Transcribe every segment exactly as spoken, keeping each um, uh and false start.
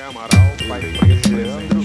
Amaral, pai de Leandro,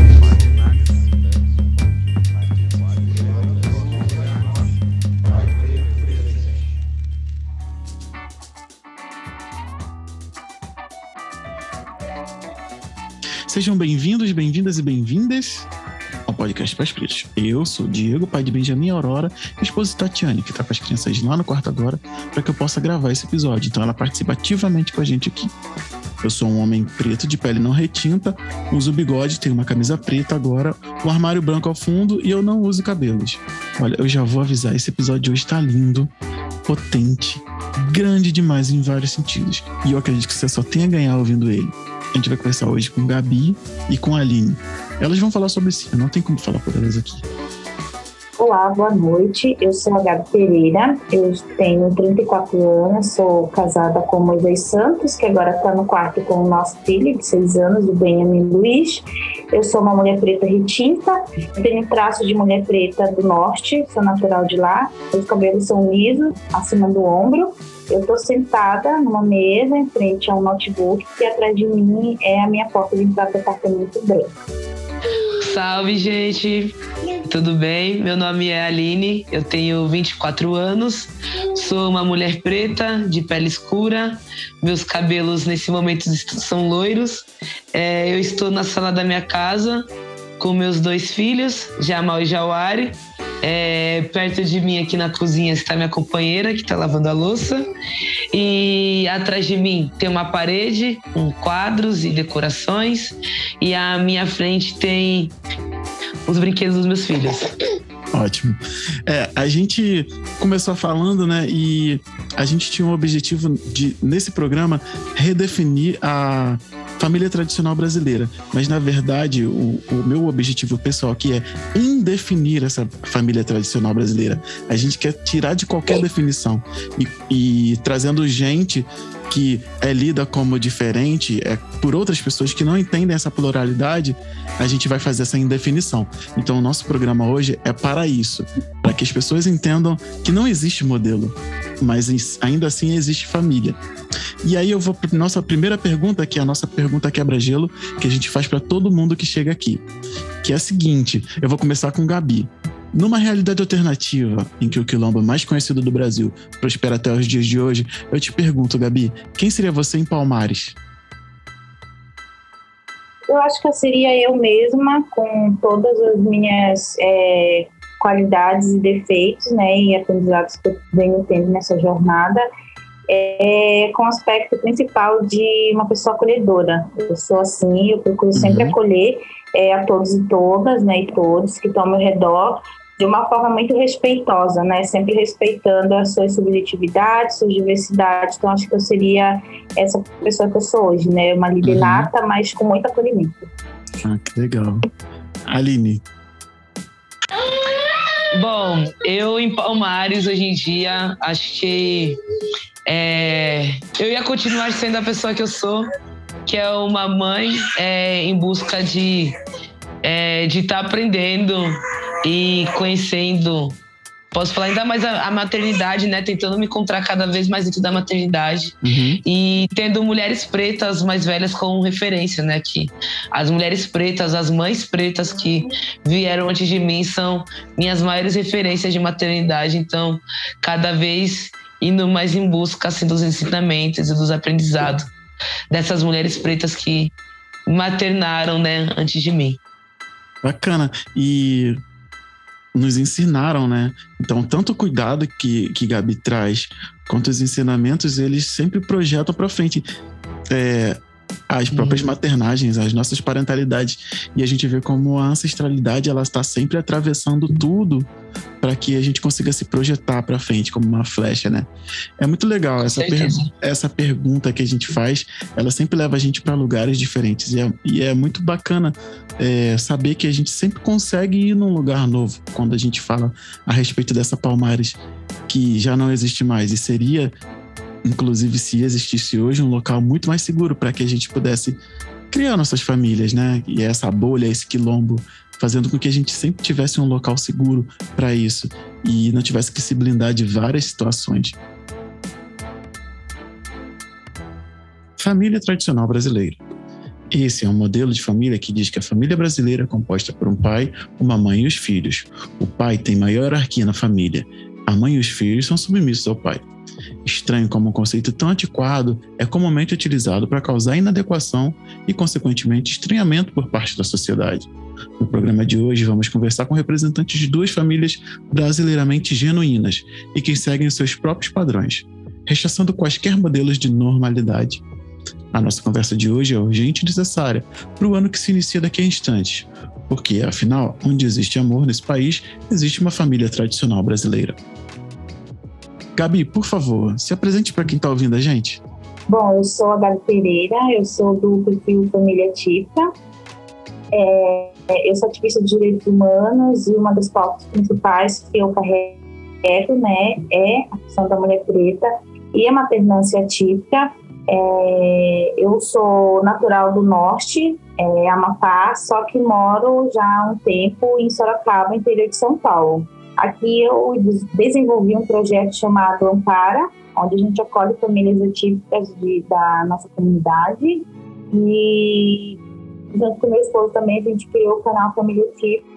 Sejam bem-vindos, bem-vindas e bem-vindas ao podcast Pais Pretos. Eu sou o Diego, pai de Benjamin e Aurora, e esposa de Tatiane, que tá com as crianças lá no quarto agora, para que eu possa gravar esse episódio. Então ela participa ativamente com a gente aqui. Eu sou um homem preto de pele não retinta, uso bigode, tenho uma camisa preta agora, um armário branco ao fundo e eu não uso cabelos. Olha, eu já vou avisar, esse episódio de hoje tá lindo, potente, grande demais em vários sentidos. E eu acredito que você só tem a ganhar ouvindo ele. A gente vai conversar hoje com Gabi e com a Aline. Elas vão falar sobre si, não tem como falar por elas aqui. Olá, boa noite. Eu sou a Gabi Pereira, eu tenho trinta e quatro anos, sou casada com o Moisés Santos, que agora está no quarto com o nosso filho de seis anos, o Benjamin Luiz. Eu sou uma mulher preta retinta, tenho traço de mulher preta do norte, sou natural de lá, meus cabelos são lisos, acima do ombro. Eu estou sentada numa mesa em frente a um notebook e atrás de mim é a minha porta de entrada do apartamento branco. Salve, gente! Tudo bem? Meu nome é Aline, eu tenho vinte e quatro anos, sou uma mulher preta, de pele escura, meus cabelos nesse momento são loiros. É, eu estou na sala da minha casa com meus dois filhos, Jamal e Jauari. É, perto de mim aqui na cozinha está minha companheira que está lavando a louça e atrás de mim tem uma parede com quadros e decorações e à minha frente tem os brinquedos dos meus filhos. Ótimo. É, a gente começou falando, né, e a gente tinha um objetivo de, nesse programa, redefinir a família tradicional brasileira. Mas, na verdade, o, o meu objetivo pessoal aqui é indefinir essa família tradicional brasileira. A gente quer tirar de qualquer definição e, e trazendo gente que é lida como diferente, é, por outras pessoas que não entendem essa pluralidade, a gente vai fazer essa indefinição. Então, o nosso programa hoje é para isso, para que as pessoas entendam que não existe modelo, mas ainda assim existe família. E aí eu vou para nossa primeira pergunta, que é a nossa pergunta quebra-gelo, que a gente faz para todo mundo que chega aqui, que é a seguinte, eu vou começar com Gabi. Numa realidade alternativa, em que o quilombo mais conhecido do Brasil prospera até os dias de hoje, eu te pergunto, Gabi, quem seria você em Palmares? Eu acho que eu seria eu mesma, com todas as minhas é, qualidades e defeitos, né, e aprendizados que eu venho tendo nessa jornada, é, com o aspecto principal de uma pessoa acolhedora. Eu sou assim, eu procuro sempre uhum. acolher é, a todos e todas, né, e todos que estão ao meu redor, de uma forma muito respeitosa, né? Sempre respeitando as suas subjetividades, suas diversidades. Então, acho que eu seria essa pessoa que eu sou hoje, né? Uma líder uhum. nata, mas com muito acolhimento. Ah, que legal. Aline? Bom, eu em Palmares, hoje em dia, acho que é, eu ia continuar sendo a pessoa que eu sou, que é uma mãe é, em busca de é, de estar tá aprendendo e conhecendo, posso falar ainda mais a, a maternidade, né? Tentando me encontrar cada vez mais dentro da maternidade. Uhum. E tendo mulheres pretas mais velhas como referência, né? Que as mulheres pretas, as mães pretas que vieram antes de mim são minhas maiores referências de maternidade. Então, cada vez indo mais em busca assim, dos ensinamentos e dos aprendizados dessas mulheres pretas que maternaram, né? Antes de mim. Bacana. E nos ensinaram, né? Então, tanto o cuidado que, que Gabi traz, quanto os ensinamentos, eles sempre projetam para frente é, as próprias uhum. maternagens, as nossas parentalidades. E a gente vê como a ancestralidade, ela está sempre atravessando tudo para que a gente consiga se projetar para frente como uma flecha, né? É muito legal essa, per- essa pergunta que a gente faz, ela sempre leva a gente para lugares diferentes e é, e é muito bacana é, saber que a gente sempre consegue ir num lugar novo quando a gente fala a respeito dessa Palmares que já não existe mais e seria, inclusive se existisse hoje, um local muito mais seguro para que a gente pudesse criar nossas famílias, né? E essa bolha, esse quilombo, fazendo com que a gente sempre tivesse um local seguro para isso e não tivesse que se blindar de várias situações. Família tradicional brasileira. Esse é um modelo de família que diz que a família brasileira é composta por um pai, uma mãe e os filhos. O pai tem maior hierarquia na família. A mãe e os filhos são submissos ao pai. Estranho como um conceito tão antiquado é comumente utilizado para causar inadequação e, consequentemente, estranhamento por parte da sociedade. No programa de hoje, vamos conversar com representantes de duas famílias brasileiramente genuínas e que seguem os seus próprios padrões, rechaçando quaisquer modelos de normalidade. A nossa conversa de hoje é urgente e necessária para o ano que se inicia daqui a instantes, porque, afinal, onde existe amor nesse país, existe uma família tradicional brasileira. Gabi, por favor, se apresente para quem está ouvindo a gente. Bom, eu sou a Gabi Pereira, eu sou do perfil Família Típica. É, eu sou ativista de direitos humanos e uma das pautas principais que eu carrego, né, é a questão da mulher preta e a maternância atípica. É, eu sou natural do norte, é, Amapá, só que moro já há um tempo em Sorocaba, interior de São Paulo. Aqui eu desenvolvi um projeto chamado Ampara, onde a gente acolhe famílias atípicas de, da nossa comunidade. E junto com meu esposo também a gente criou o canal Família Típica.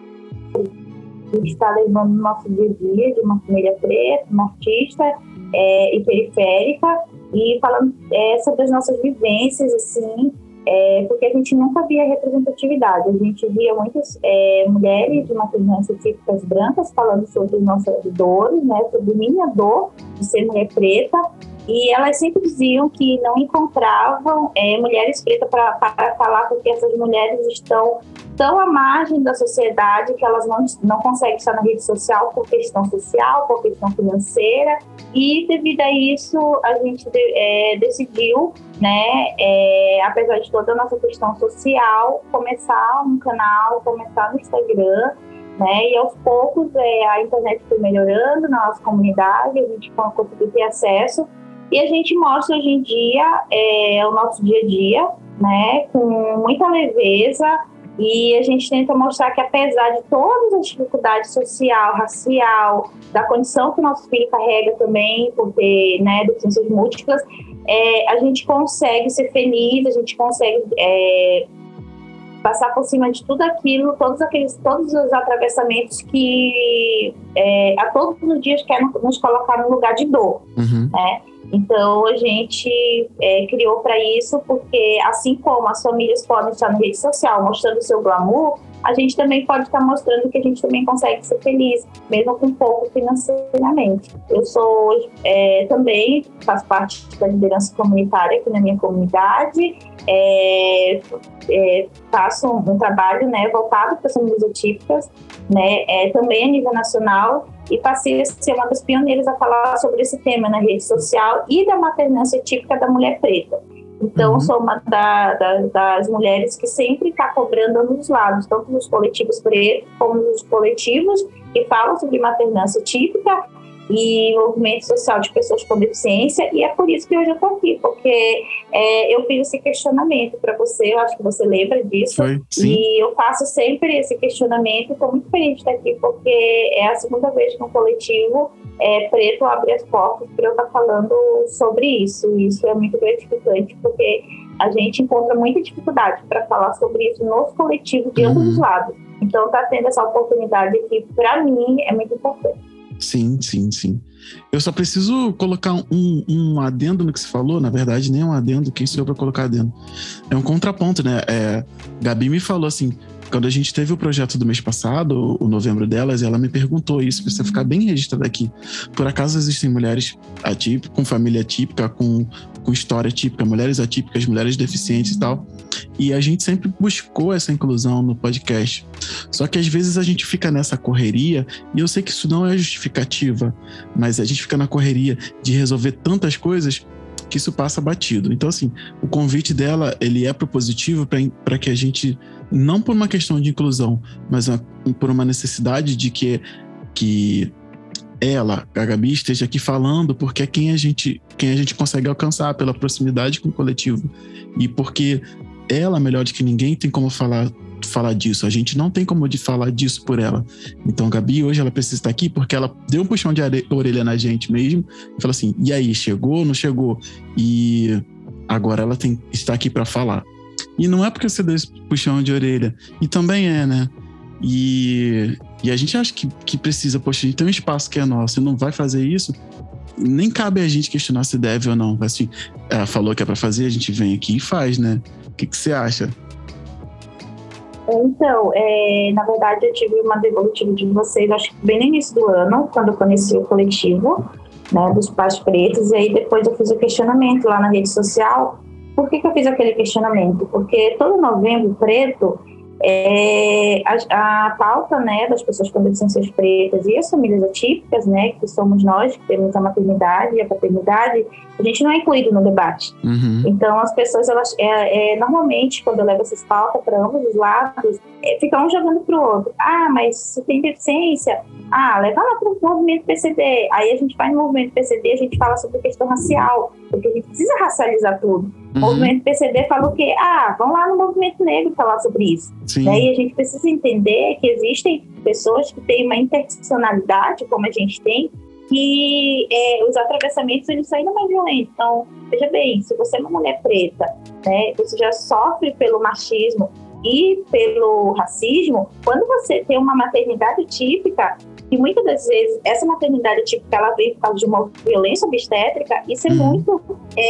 A gente está levando o nosso dia a dia de uma família preta, nortista é, e periférica, e falando é, sobre as nossas vivências, assim, é, porque a gente nunca via representatividade. A gente via muitas é, mulheres de maternância típicas brancas falando sobre as nossas dores, né, sobre minha dor de ser mulher preta, e elas sempre diziam que não encontravam é, mulheres pretas para falar, porque essas mulheres estão tão à margem da sociedade que elas não, não conseguem estar na rede social por questão social, por questão financeira, e devido a isso a gente é, decidiu, né, é, apesar de toda a nossa questão social, começar um canal, começar no Instagram, né, e aos poucos é, a internet foi melhorando na nossa comunidade, a gente conseguiu ter acesso, e a gente mostra hoje em dia é, o nosso dia a dia, né, com muita leveza, e a gente tenta mostrar que, apesar de todas as dificuldades social, racial, da condição que o nosso filho carrega também, por ter, né, deficiências múltiplas, é, a gente consegue ser feliz, a gente consegue é, passar por cima de tudo aquilo, todos aqueles, todos os atravessamentos que é, a todos os dias querem nos colocar num lugar de dor, Uhum. né? Então, a gente é, criou para isso, porque assim como as famílias podem estar na rede social mostrando o seu glamour, a gente também pode estar mostrando que a gente também consegue ser feliz, mesmo com pouco financeiramente. Eu sou é, também, faço parte da liderança comunitária aqui na minha comunidade, é, é, faço um, um trabalho, né, voltado para as famílias atípicas, né, é, também a nível nacional, e passei a ser uma das pioneiras a falar sobre esse tema na rede social e da maternância típica da mulher preta. Então, uhum. sou uma da, da, das mulheres que sempre está cobrando ambos os lados, tanto nos coletivos pretos como nos coletivos que falam sobre maternância típica e movimento social de pessoas com deficiência, e é por isso que hoje eu estou aqui, porque é, eu fiz esse questionamento para você, eu acho que você lembra disso. Foi, sim. E eu faço sempre esse questionamento, estou muito feliz de estar aqui, porque é a segunda vez que um coletivo é, preto abre as portas para eu estar falando sobre isso, e isso é muito gratificante, porque a gente encontra muita dificuldade para falar sobre isso nos coletivos de ambos uhum. os lados. Então, estar tá tendo essa oportunidade aqui, para mim, é muito importante. Sim, sim, sim. Eu só preciso colocar um, um adendo no que você falou. Na verdade, nem um adendo, quem sou eu para colocar adendo? É um contraponto, né? É, Gabi me falou assim, quando a gente teve o projeto do mês passado, o novembro delas, ela me perguntou isso, precisa ficar bem registrado aqui. Por acaso existem mulheres atípicas, com família atípica, com, com história típica, mulheres atípicas, mulheres deficientes e tal. E a gente sempre buscou essa inclusão no podcast. Só que às vezes a gente fica nessa correria, e eu sei que isso não é justificativa, mas a gente fica na correria de resolver tantas coisas que isso passa batido. Então, assim, o convite dela, ele é propositivo para que a gente, não por uma questão de inclusão, mas uma, por uma necessidade de que, que ela, a Gabi, esteja aqui falando, porque é quem a gente, quem a gente consegue alcançar pela proximidade com o coletivo. E porque ela, melhor do que ninguém, tem como falar falar disso, a gente não tem como de falar disso por ela. Então a Gabi hoje ela precisa estar aqui porque ela deu um puxão de orelha na gente mesmo e falou assim, e aí, chegou, não chegou? E agora ela tem, está aqui para falar. E não é porque você deu esse puxão de orelha. E também é, né? E, e a gente acha que, que precisa, poxa, a gente tem um espaço que é nosso e não vai fazer isso, nem cabe a gente questionar se deve ou não. Assim, ela falou que é pra fazer, a gente vem aqui e faz, né? O que, que você acha? Então, é, na verdade, eu tive uma devolutiva de vocês, acho que bem no início do ano, quando eu conheci o coletivo, né, dos pais pretos, e aí depois eu fiz o questionamento lá na rede social. Por que que eu fiz aquele questionamento? Porque todo novembro preto, é, a, a pauta, né, das pessoas com deficiências pretas e as famílias atípicas, né, que somos nós, que temos a maternidade e a paternidade, a gente não é incluído no debate. Uhum. Então, as pessoas, elas, é, é, normalmente, quando eu levo essas pautas para ambos os lados, é, fica um jogando para o outro. Ah, mas se tem deficiência, ah, leva lá para o movimento P C D. Aí a gente vai no movimento P C D, a gente fala sobre questão racial, porque a gente precisa racializar tudo. Uhum. O movimento P C D fala o quê? Ah, vão lá no movimento negro falar sobre isso. Né? E a gente precisa entender que existem pessoas que têm uma interseccionalidade, como a gente tem, que é, os atravessamentos eles são ainda mais violentos. Então, veja bem, se você é uma mulher preta, né, você já sofre pelo machismo e pelo racismo, quando você tem uma maternidade típica, e muitas das vezes essa maternidade típica ela vem por causa de uma violência obstétrica, isso é uhum. muito,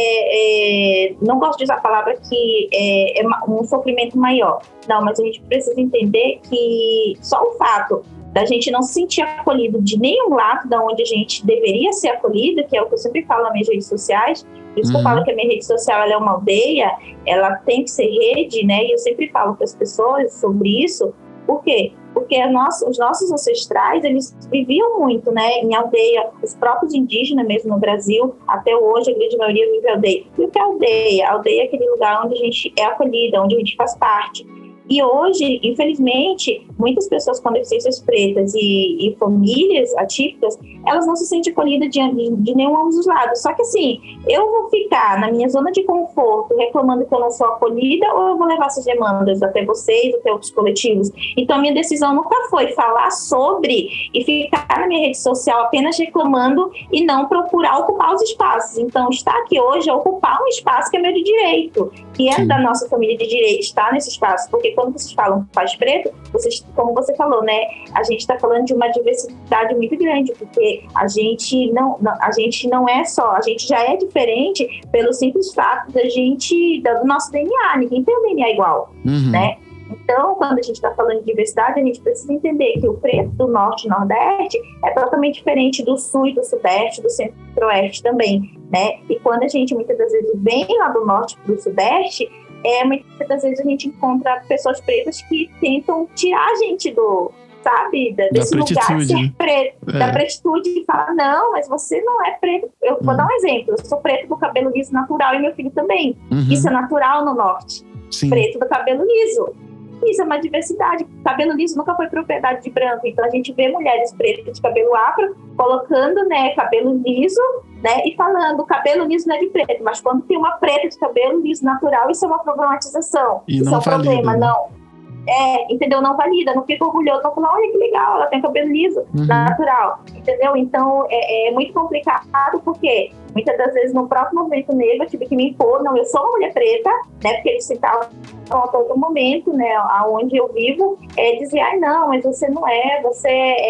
é, é, não gosto de usar a palavra que é, é um sofrimento maior, não, mas a gente precisa entender que só o fato da gente não se sentir acolhido de nenhum lado da onde a gente deveria ser acolhido, que é o que eu sempre falo nas minhas redes sociais, por isso uhum. que eu falo que a minha rede social ela é uma aldeia, ela tem que ser rede, né? E eu sempre falo para as pessoas sobre isso. Por quê? Porque a nossa, os nossos ancestrais, eles viviam muito, né, em aldeia, os próprios indígenas mesmo no Brasil, até hoje a grande maioria vive em aldeia. E o que é aldeia? A aldeia é aquele lugar onde a gente é acolhida, onde a gente faz parte. E hoje, infelizmente, muitas pessoas com deficiências pretas e, e famílias atípicas, elas não se sentem acolhidas de, de, de nenhum dos lados. Só que assim, eu vou ficar na minha zona de conforto reclamando que eu não sou acolhida, ou eu vou levar essas demandas até vocês, até outros coletivos? Então, a minha decisão nunca foi falar sobre e ficar na minha rede social apenas reclamando e não procurar ocupar os espaços. Então, estar aqui hoje é ocupar um espaço que é meu de direito, que é Sim. da nossa família de direito, estar nesse espaço, porque quando vocês falam pais preto, vocês, como você falou, né, a gente está falando de uma diversidade muito grande, porque a gente não, não, a gente não é só, a gente já é diferente pelo simples fato da gente, do nosso D N A, ninguém tem um D N A igual, uhum. né? Então, quando a gente está falando de diversidade, a gente precisa entender que o preto do norte e nordeste é totalmente diferente do sul e do sudeste, do centro-oeste também, né? E quando a gente muitas das vezes vem lá do norte para o sudeste, é, muitas das vezes a gente encontra pessoas pretas que tentam tirar a gente do, sabe, da, desse lugar de ser preto, é. da pretitude, e falar, não, mas você não é preto. Eu vou uhum. dar um exemplo, eu sou preto do cabelo liso natural e meu filho também. Uhum. Isso é natural no norte. Sim. Preto do cabelo liso. Isso é uma diversidade. Cabelo liso nunca foi propriedade de branco. Então a gente vê mulheres pretas de cabelo afro colocando, né, cabelo liso, né, e falando, o cabelo liso não é de preto, mas quando tem uma preta de cabelo liso natural, isso é uma problematização. E isso não é um valida, problema, né? não. É, entendeu? Não valida, não fica orgulhoso, não fala, olha que legal, ela tem cabelo liso, uhum. natural, entendeu? Então é, é muito complicado, porque muitas das vezes no próprio movimento negro eu tive que me impor, não, eu sou uma mulher preta, né, porque eles citavam a todo momento, né, aonde eu vivo, é dizer, ai não, mas você não é, você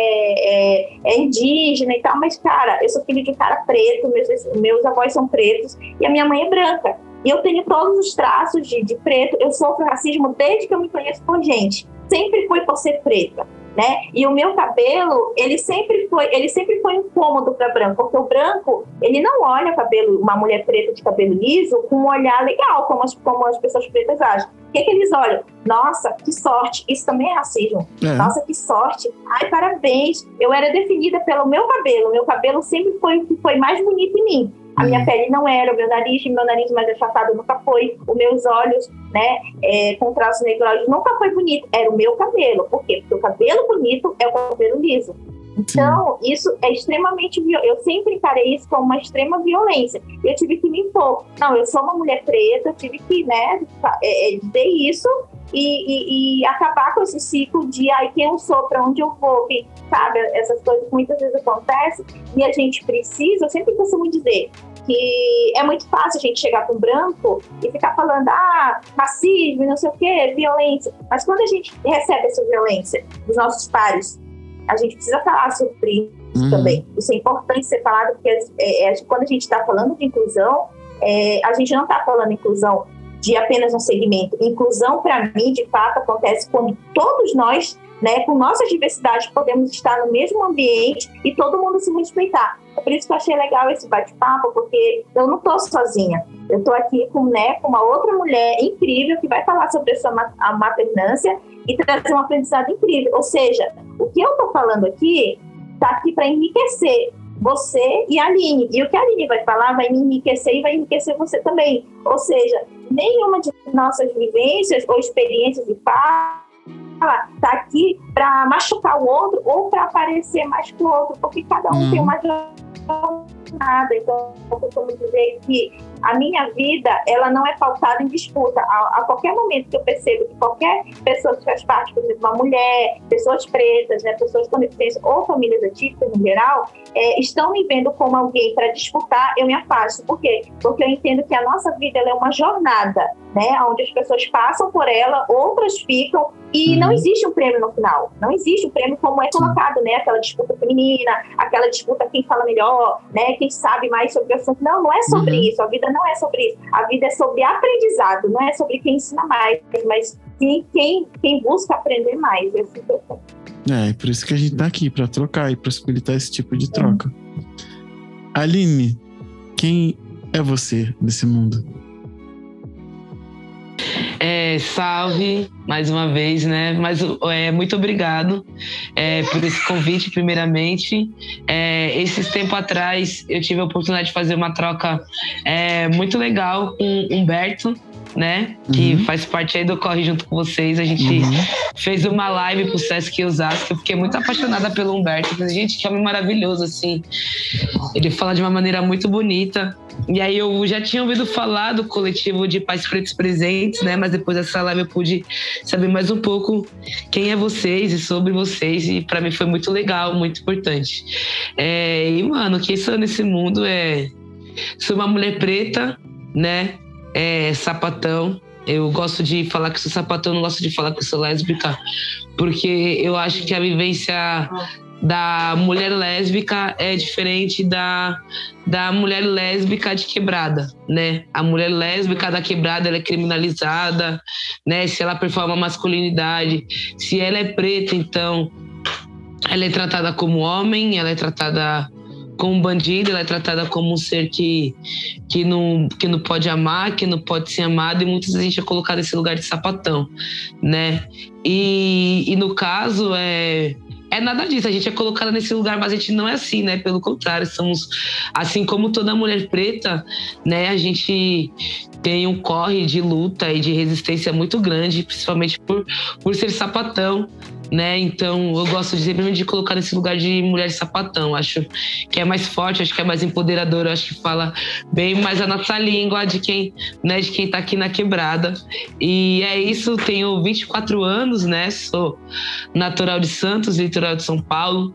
é, é, é indígena e tal, mas cara, eu sou filho de um cara preto, meus, meus avós são pretos e a minha mãe é branca. E eu tenho todos os traços de, de preto, eu sofro racismo desde que eu me conheço por gente. Sempre foi por ser preta, né? E o meu cabelo, ele sempre foi, ele sempre foi incômodo para branco, porque o branco, ele não olha cabelo, uma mulher preta de cabelo liso com um olhar legal, como as, como as pessoas pretas acham. O que, que eles olham? Nossa, que sorte, isso também é racismo. É. Nossa, que sorte. Ai, parabéns. Eu era definida pelo meu cabelo, meu cabelo sempre foi o que foi mais bonito em mim. A minha pele não era, o meu nariz, meu nariz mais achatado nunca foi, os meus olhos, né, é, com traços negroides nunca foi bonito, era o meu cabelo. Por quê? Porque o cabelo bonito é o cabelo liso. Então, Sim. isso é extremamente violento. Eu sempre encarei isso como uma extrema violência. Eu tive que me impor. Não, eu sou uma mulher preta, eu tive que, né, dizer isso e, e, e acabar com esse ciclo de ai, quem eu sou, para onde eu vou, que, sabe? Essas coisas que muitas vezes acontecem e a gente precisa, eu sempre costumo dizer que é muito fácil a gente chegar com um branco e ficar falando, ah, racismo, não sei o quê, violência. Mas quando a gente recebe essa violência dos nossos pares, a gente precisa falar sobre isso uhum. também. Isso é importante ser falado, porque é, é, quando a gente está falando de inclusão, é, a gente não está falando inclusão de apenas um segmento. Inclusão, para mim, de fato, acontece quando todos nós, né, com nossas diversidades, podemos estar no mesmo ambiente e todo mundo se respeitar. É por isso que eu achei legal esse bate-papo, porque eu não estou sozinha. Eu estou aqui com, né, com uma outra mulher incrível que vai falar sobre a sua a maternância e trazer um aprendizado incrível. Ou seja, o que eu estou falando aqui está aqui para enriquecer você e a Aline. E o que a Aline vai falar vai me enriquecer e vai enriquecer você também. Ou seja, nenhuma de nossas vivências ou experiências de fala está aqui para machucar o outro ou para aparecer mais que o outro, porque cada um hum. tem uma jornada. Então, eu costumo dizer que a minha vida, ela não é pautada em disputa. A, a qualquer momento que eu percebo que qualquer pessoa que faz parte, por exemplo, uma mulher, pessoas pretas, né, pessoas com deficiência ou famílias atípicas no geral, é, estão me vendo como alguém para disputar, eu me afasto. Por quê? Porque eu entendo que a nossa vida ela é uma jornada, né, onde as pessoas passam por ela, outras ficam, e uhum. não existe um prêmio no final. Não existe um prêmio como é colocado, né? Aquela disputa feminina, aquela disputa quem fala melhor, né? Quem sabe mais sobre o assunto. Não, não é sobre uhum. isso. A vida não é sobre isso. A vida é sobre aprendizado, não é sobre quem ensina mais, mas sim quem, quem busca aprender mais. É assim que eu penso. É, por isso que a gente tá aqui, para trocar e possibilitar esse tipo de troca. Uhum. Aline, quem é você nesse mundo? É, salve, mais uma vez, né? Mas é, muito obrigado é, por esse convite, primeiramente. É, esses tempos atrás, eu tive a oportunidade de fazer uma troca é, muito legal com o Humberto, né? Que uhum. faz parte aí do Corre Junto com vocês. A gente uhum. fez uma live pro Sesc Osasco. Eu fiquei muito apaixonada pelo Humberto. Gente, que homem maravilhoso, assim. Ele fala de uma maneira muito bonita. E aí eu já tinha ouvido falar do coletivo de Pais Pretos Presentes, né? Mas depois dessa live eu pude saber mais um pouco quem é vocês e sobre vocês. E pra mim foi muito legal, muito importante. É, e, mano, quem sou nesse mundo é... Sou uma mulher preta, né? É sapatão. Eu gosto de falar que sou sapatão, não gosto de falar que sou lésbica, porque eu acho que a vivência da mulher lésbica é diferente da, da mulher lésbica de quebrada, né? A mulher lésbica da quebrada, ela é criminalizada, né? Se ela performa masculinidade, se ela é preta, então ela é tratada como homem, ela é tratada como bandido, ela é tratada como um ser que, que, não, que não pode amar, que não pode ser amado, e muitas vezes a gente é colocado nesse lugar de sapatão, né? E, e no caso, é, é nada disso, a gente é colocada nesse lugar, mas a gente não é assim, né? Pelo contrário, somos, assim como toda mulher preta, né? A gente tem um corre de luta e de resistência muito grande, principalmente por, por ser sapatão, né? Então eu gosto de sempre de colocar nesse lugar de mulher sapatão. Acho que é mais forte, acho que é mais empoderador, acho que fala bem mais a nossa língua de quem, né, de quem tá aqui na quebrada. E é isso, tenho vinte e quatro anos, né? Sou natural de Santos, litoral de São Paulo,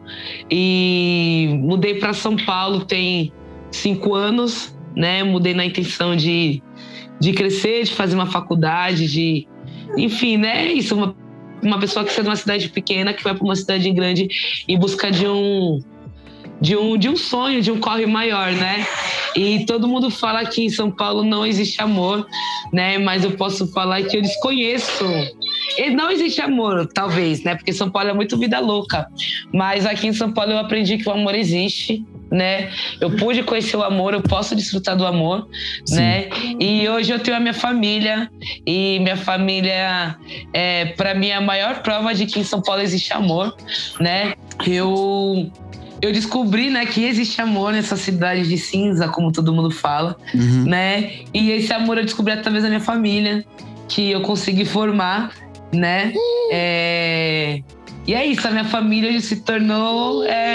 e mudei para São Paulo tem cinco anos, né? Mudei na intenção de, de crescer, de fazer uma faculdade, de, enfim, né? Isso, uma uma pessoa que sai de uma cidade pequena, que vai para uma cidade grande em busca de um, de um, de um sonho, de um corre maior, né? E todo mundo fala que em São Paulo não existe amor, né? Mas eu posso falar que eu desconheço. E não existe amor, talvez, né? Porque São Paulo é muito vida louca. Mas aqui em São Paulo eu aprendi que o amor existe, né? Eu pude conhecer o amor, eu posso desfrutar do amor, sim, né? E hoje eu tenho a minha família, e minha família é, para mim, a maior prova de que em São Paulo existe amor, né? Eu, eu descobri, né, que existe amor nessa cidade de cinza, como todo mundo fala, uhum, né? E esse amor eu descobri através da minha família, que eu consegui formar, né? É... E é isso, a minha família se tornou é,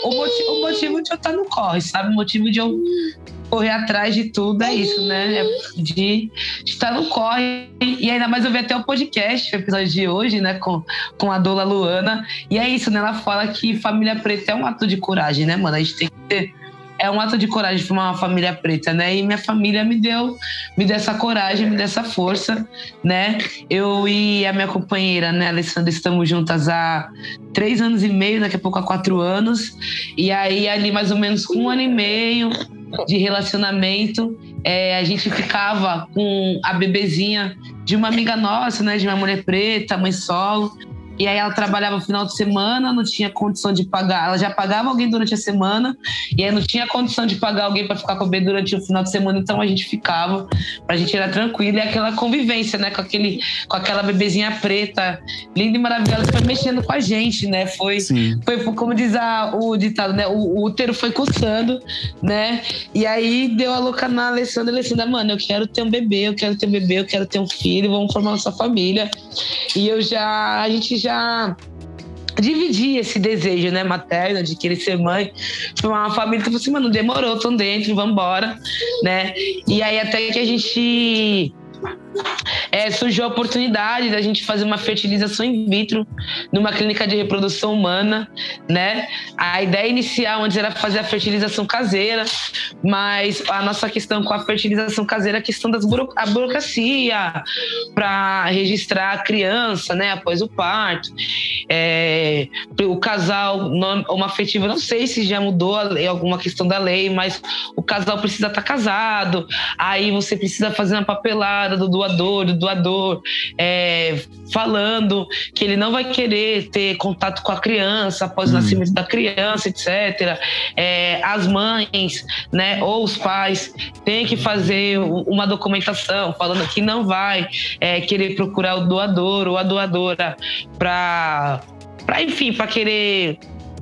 o, motivo, o motivo de eu estar no corre, sabe? O motivo de eu correr atrás de tudo é isso, né? É de, de estar no corre. E ainda mais eu vi até o podcast, o episódio de hoje, né? Com, com a Dola Luana. E é isso, né? Ela fala que família preta é um ato de coragem, né, mano? A gente tem que ter... É um ato de coragem formar uma família preta, né? E minha família me deu, me deu essa coragem, me deu essa força, né? Eu e a minha companheira, né, Alessandra, estamos juntas há três anos e meio, daqui a pouco há quatro anos. E aí, ali, mais ou menos um ano e meio de relacionamento, é, a gente ficava com a bebezinha de uma amiga nossa, né? De uma mulher preta, mãe solo. E aí ela trabalhava no final de semana, não tinha condição de pagar. Ela já pagava alguém durante a semana, e aí não tinha condição de pagar alguém para ficar com o bebê durante o final de semana, então a gente ficava, pra gente era tranquilo. E aquela convivência, né, com, aquele, com aquela bebezinha preta, linda e maravilhosa, foi mexendo com a gente, né? Foi, foi como diz a, o ditado, né? O, o útero foi coçando, né? E aí deu a louca na Alessandra. Alessandra, mano, eu quero ter um bebê, eu quero ter um bebê, eu quero ter um filho, vamos formar nossa família. E eu já, a gente já dividi esse desejo, né, materno, de querer ser mãe, formar uma família. Então, assim, mano, demorou, tô dentro, vambora, né? E aí até que a gente... É, surgiu a oportunidade da gente fazer uma fertilização in vitro numa clínica de reprodução humana, né? A ideia inicial antes era fazer a fertilização caseira, mas a nossa questão com a fertilização caseira é a questão da buro- a burocracia para registrar a criança, né, após o parto. É, o casal homoafetivo, não sei se já mudou a lei, alguma questão da lei, mas o casal precisa estar casado, aí você precisa fazer uma papelada do doador, do doador, é, falando que ele não vai querer ter contato com a criança após hum. o nascimento da criança, etcétera. É, as mães, né, ou os pais têm que fazer uma documentação falando que não vai é, querer procurar o doador ou a doadora para, enfim, para querer...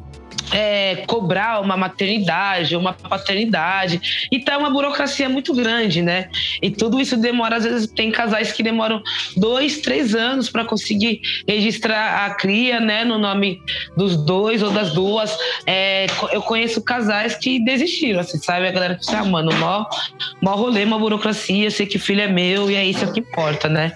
É, cobrar uma maternidade, uma paternidade. Então é uma burocracia muito grande, né? E tudo isso demora, às vezes tem casais que demoram dois, três anos para conseguir registrar a cria, né, no nome dos dois ou das duas. É, eu conheço casais que desistiram, assim, sabe? A galera que disse, ah, mano, mó, mó rolê, uma burocracia, sei que o filho é meu e é isso que importa, né?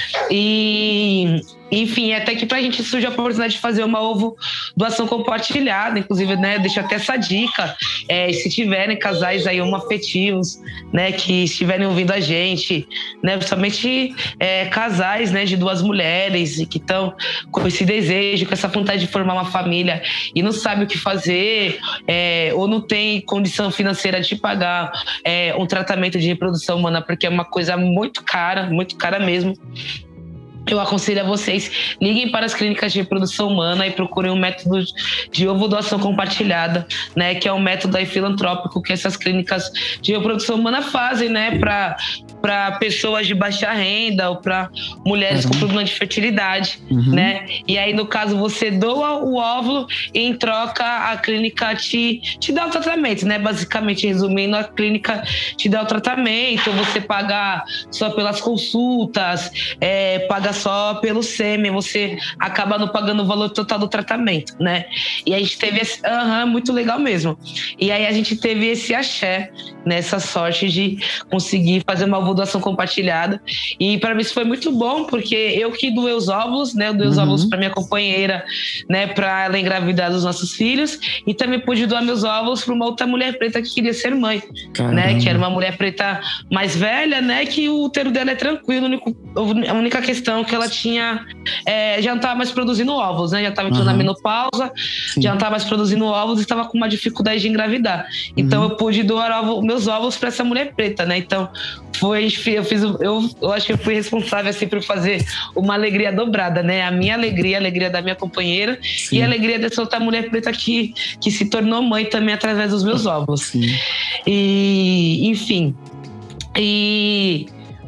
E... Enfim, até que pra gente surge a oportunidade de fazer uma ovo doação compartilhada, inclusive, né, deixo até essa dica, é, se tiverem casais aí homoafetivos, né, que estiverem ouvindo a gente, né, principalmente é, casais, né, de duas mulheres que estão com esse desejo, com essa vontade de formar uma família e não sabe o que fazer, é, ou não tem condição financeira de pagar é, um tratamento de reprodução humana, porque é uma coisa muito cara, muito cara mesmo. Eu aconselho a vocês, liguem para as clínicas de reprodução humana e procurem um método de ovo doação compartilhada, né, que é um método aí filantrópico que essas clínicas de reprodução humana fazem, né, para para pessoas de baixa renda ou para mulheres uhum. com problema de fertilidade, uhum. né? E aí, no caso, você doa o óvulo e em troca a clínica te, te dá o tratamento, né? Basicamente, resumindo, a clínica te dá o tratamento, você paga só pelas consultas, é, paga só pelo sêmen, você acaba não pagando o valor total do tratamento, né? E a gente teve esse... Aham, muito legal mesmo. E aí a gente teve esse axé, nessa sorte de conseguir fazer uma doação compartilhada. E para mim isso foi muito bom, porque eu que doei os óvulos, né? Eu doei os uhum. óvulos para minha companheira, né? Para ela engravidar dos nossos filhos. E também pude doar meus óvulos para uma outra mulher preta que queria ser mãe, Caramba. né? Que era uma mulher preta mais velha, né? Que o útero dela é tranquilo. A única questão é que ela tinha... É, já não estava mais produzindo óvulos, né? Já estava entrando uhum. na menopausa, Sim. já não estava mais produzindo óvulos e estava com uma dificuldade de engravidar. Então uhum. eu pude doar óvulos, meus óvulos para essa mulher preta, né? Então foi, eu fiz, eu, eu acho que eu fui responsável assim por fazer uma alegria dobrada, né? A minha alegria, a alegria da minha companheira Sim. e a alegria dessa outra mulher preta que, que se tornou mãe também através dos meus óvulos. Sim. E, enfim, e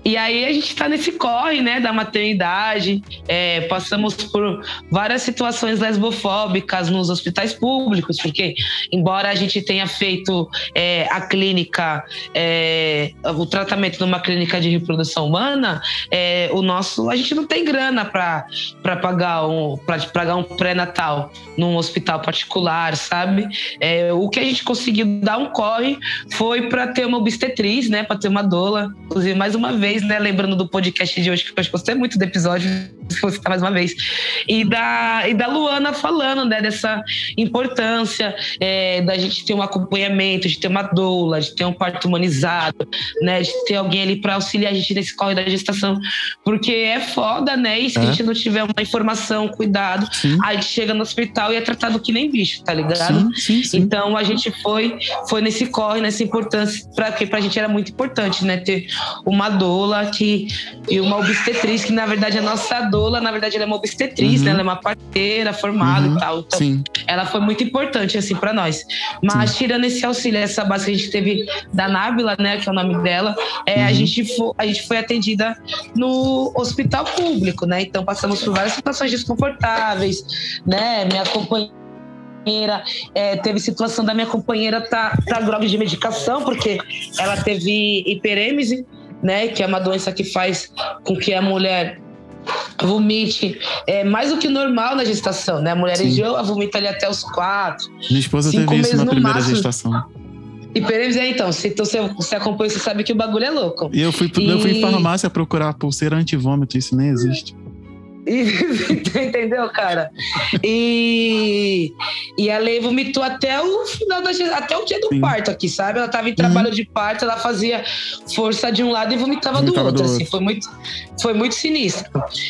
E aí a gente tá nesse corre, né, da maternidade, é, passamos por várias situações lesbofóbicas nos hospitais públicos, porque embora a gente tenha feito é, a clínica, é, o tratamento numa clínica de reprodução humana, é, o nosso, a gente não tem grana para pagar um, para pagar um pré-natal num hospital particular, sabe? É, o que a gente conseguiu dar um corre foi para ter uma obstetriz, né, para ter uma doula. Inclusive, mais uma vez, né, lembrando do podcast de hoje, que eu gostei muito do episódio, se você tá mais uma vez, e da, e da Luana falando, né, dessa importância é, da gente ter um acompanhamento, de ter uma doula, de ter um parto humanizado, né, de ter alguém ali para auxiliar a gente nesse corre da gestação, porque é foda, né, e se é. a gente não tiver uma informação, cuidado, sim. a gente chega no hospital e é tratado que nem bicho, tá ligado? Sim, sim, sim. Então a gente foi, foi nesse corre, nessa importância, pra, que pra gente era muito importante, né, ter uma doula que, e uma obstetriz, que na verdade a nossa doula, na verdade ela é uma obstetriz, uhum. né, ela é uma parteira formada uhum. e tal, então sim. ela foi muito importante assim pra nós, mas sim. tirando esse auxílio, essa base que a gente teve da Nábila, né, que é o nome dela, é, uhum. a, gente foi, a gente foi atendida no hospital público, né, então passamos por várias situações desconfortáveis, né, minha companheira É, teve situação da minha companheira tá, tá grog de medicação, porque ela teve hiperêmese, né, que é uma doença que faz com que a mulher vomite é, mais do que normal na gestação, né? A mulher enjoa, vomita ali até os quatro. Minha esposa teve isso na primeira máximo. gestação. Hiperêmese, é, então, se então, você, você acompanha, você sabe que o bagulho é louco. E eu fui, e... eu fui em farmácia procurar pulseira antivômito, isso nem existe. Entendeu, cara? E, e a Lei vomitou até o final da até o dia do Sim. parto aqui, sabe? Ela tava em trabalho uhum. de parto, ela fazia força de um lado e vomitava, vomitava do outro, do assim, outro. Foi muito, foi muito sinistro.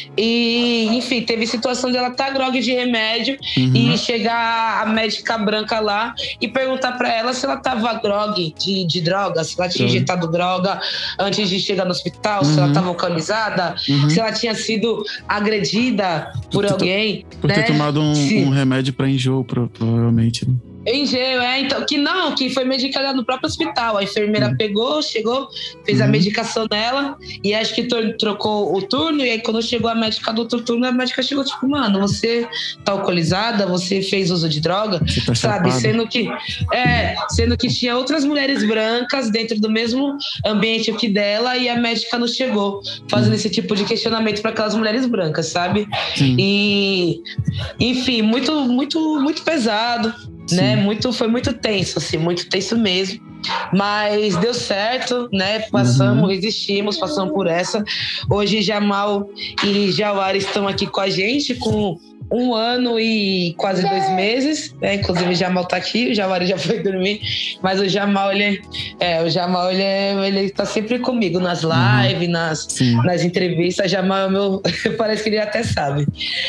E, enfim, teve situação dela estar tá grog de remédio uhum. e chegar a médica branca lá e perguntar pra ela se ela tava grog de, de droga, se ela tinha Sim. injetado droga antes de chegar no hospital, uhum. se ela tava alcoolizada, uhum. se ela tinha sido agredida por, por alguém, por né? ter tomado um, um remédio para enjoo, provavelmente. Né? Enjoo, é, então, que não, que foi medicada no próprio hospital. A enfermeira uhum. pegou, chegou, fez uhum. a medicação dela e acho que trocou o turno. E aí, quando chegou a médica do outro turno, a médica chegou tipo, mano, você tá alcoolizada, você fez uso de droga, tá sabe? chapado. Sendo que, é, sendo que tinha outras mulheres brancas dentro do mesmo ambiente que dela e a médica não chegou, fazendo uhum. esse tipo de questionamento para aquelas mulheres brancas, sabe? Sim. E, enfim, muito, muito, muito pesado. Né? Muito, foi muito tenso, assim, muito tenso mesmo. Mas deu certo, né? Passamos, uhum. resistimos, passamos por essa. Hoje Jamal e Jauara estão aqui com a gente com um ano e quase dois meses, né? Inclusive o Jamal tá aqui, o Jauara já foi dormir, mas o Jamal, ele é, o Jamal, ele, é, ele tá sempre comigo nas lives, uhum. nas, nas entrevistas. Jamal é meu, parece que ele até sabe.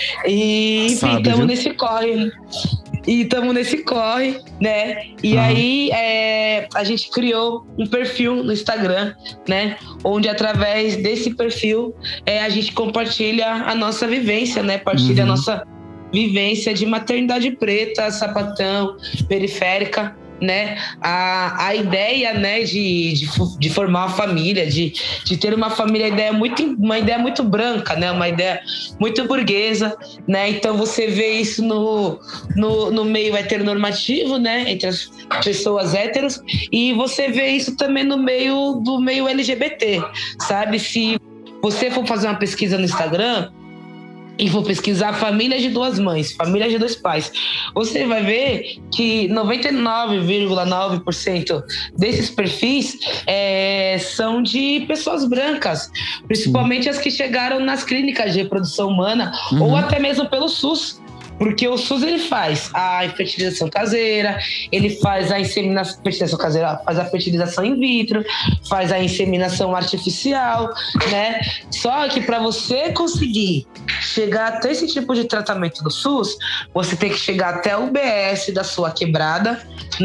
E, enfim, estamos nesse corre. E estamos nesse corre, né? E uhum. aí é, a gente criou um perfil no Instagram, né? Onde através desse perfil é, a gente compartilha a nossa vivência, né? Partilha uhum. a nossa vivência de maternidade preta, sapatão, periférica, né? A, a ideia, né, de, de, de formar uma família, de, de ter uma família, ideia muito, uma ideia muito branca, né? Uma ideia muito burguesa, né? Então você vê isso no, no, no meio heteronormativo, né? Entre as pessoas héteros, e você vê isso também no meio do meio L G B T, sabe? Se você for fazer uma pesquisa no Instagram e vou pesquisar famílias de duas mães, famílias de dois pais, você vai ver que noventa e nove vírgula nove por cento desses perfis é, são de pessoas brancas, principalmente as que chegaram nas clínicas de reprodução humana uhum. ou até mesmo pelo SUS. Porque o SUS, ele faz a fertilização caseira, ele faz a inseminação, fertilização caseira, faz a fertilização in vitro, faz a inseminação artificial, né? Só que para você conseguir chegar até esse tipo de tratamento do SUS, você tem que chegar até o U B S da sua quebrada, né?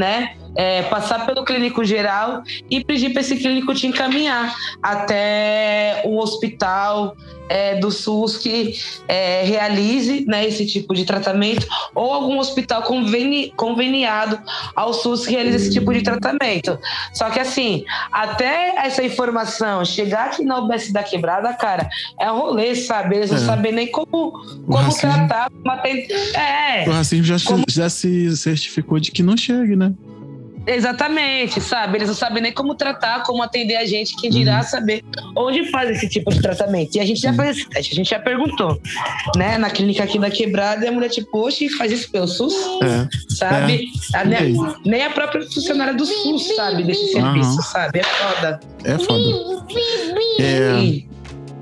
é, passar pelo clínico geral e pedir para esse clínico te encaminhar até um hospital é, do SUS que é, realize, né, esse tipo de tratamento, ou algum hospital conveni, conveniado ao SUS que realize esse tipo de tratamento. Só que assim, até essa informação chegar aqui na U B S da Quebrada, cara, é um rolê, sabe? Eles não É. sabem nem como, como racismo. tratar. Como atender. É, O racismo já, como- já se certificou de que não chegue, né? exatamente, sabe? Eles não sabem nem como tratar, como atender a gente, que dirá Uhum. saber onde faz esse tipo de tratamento. E a gente já fez esse teste, a gente já perguntou, né? Na clínica aqui da Quebrada, e a mulher tipo, poxa, faz isso pelo SUS? É. Sabe? A- E aí? nem, nem a própria funcionária do SUS sabe desse serviço, Aham. sabe? É foda. É foda. É, E-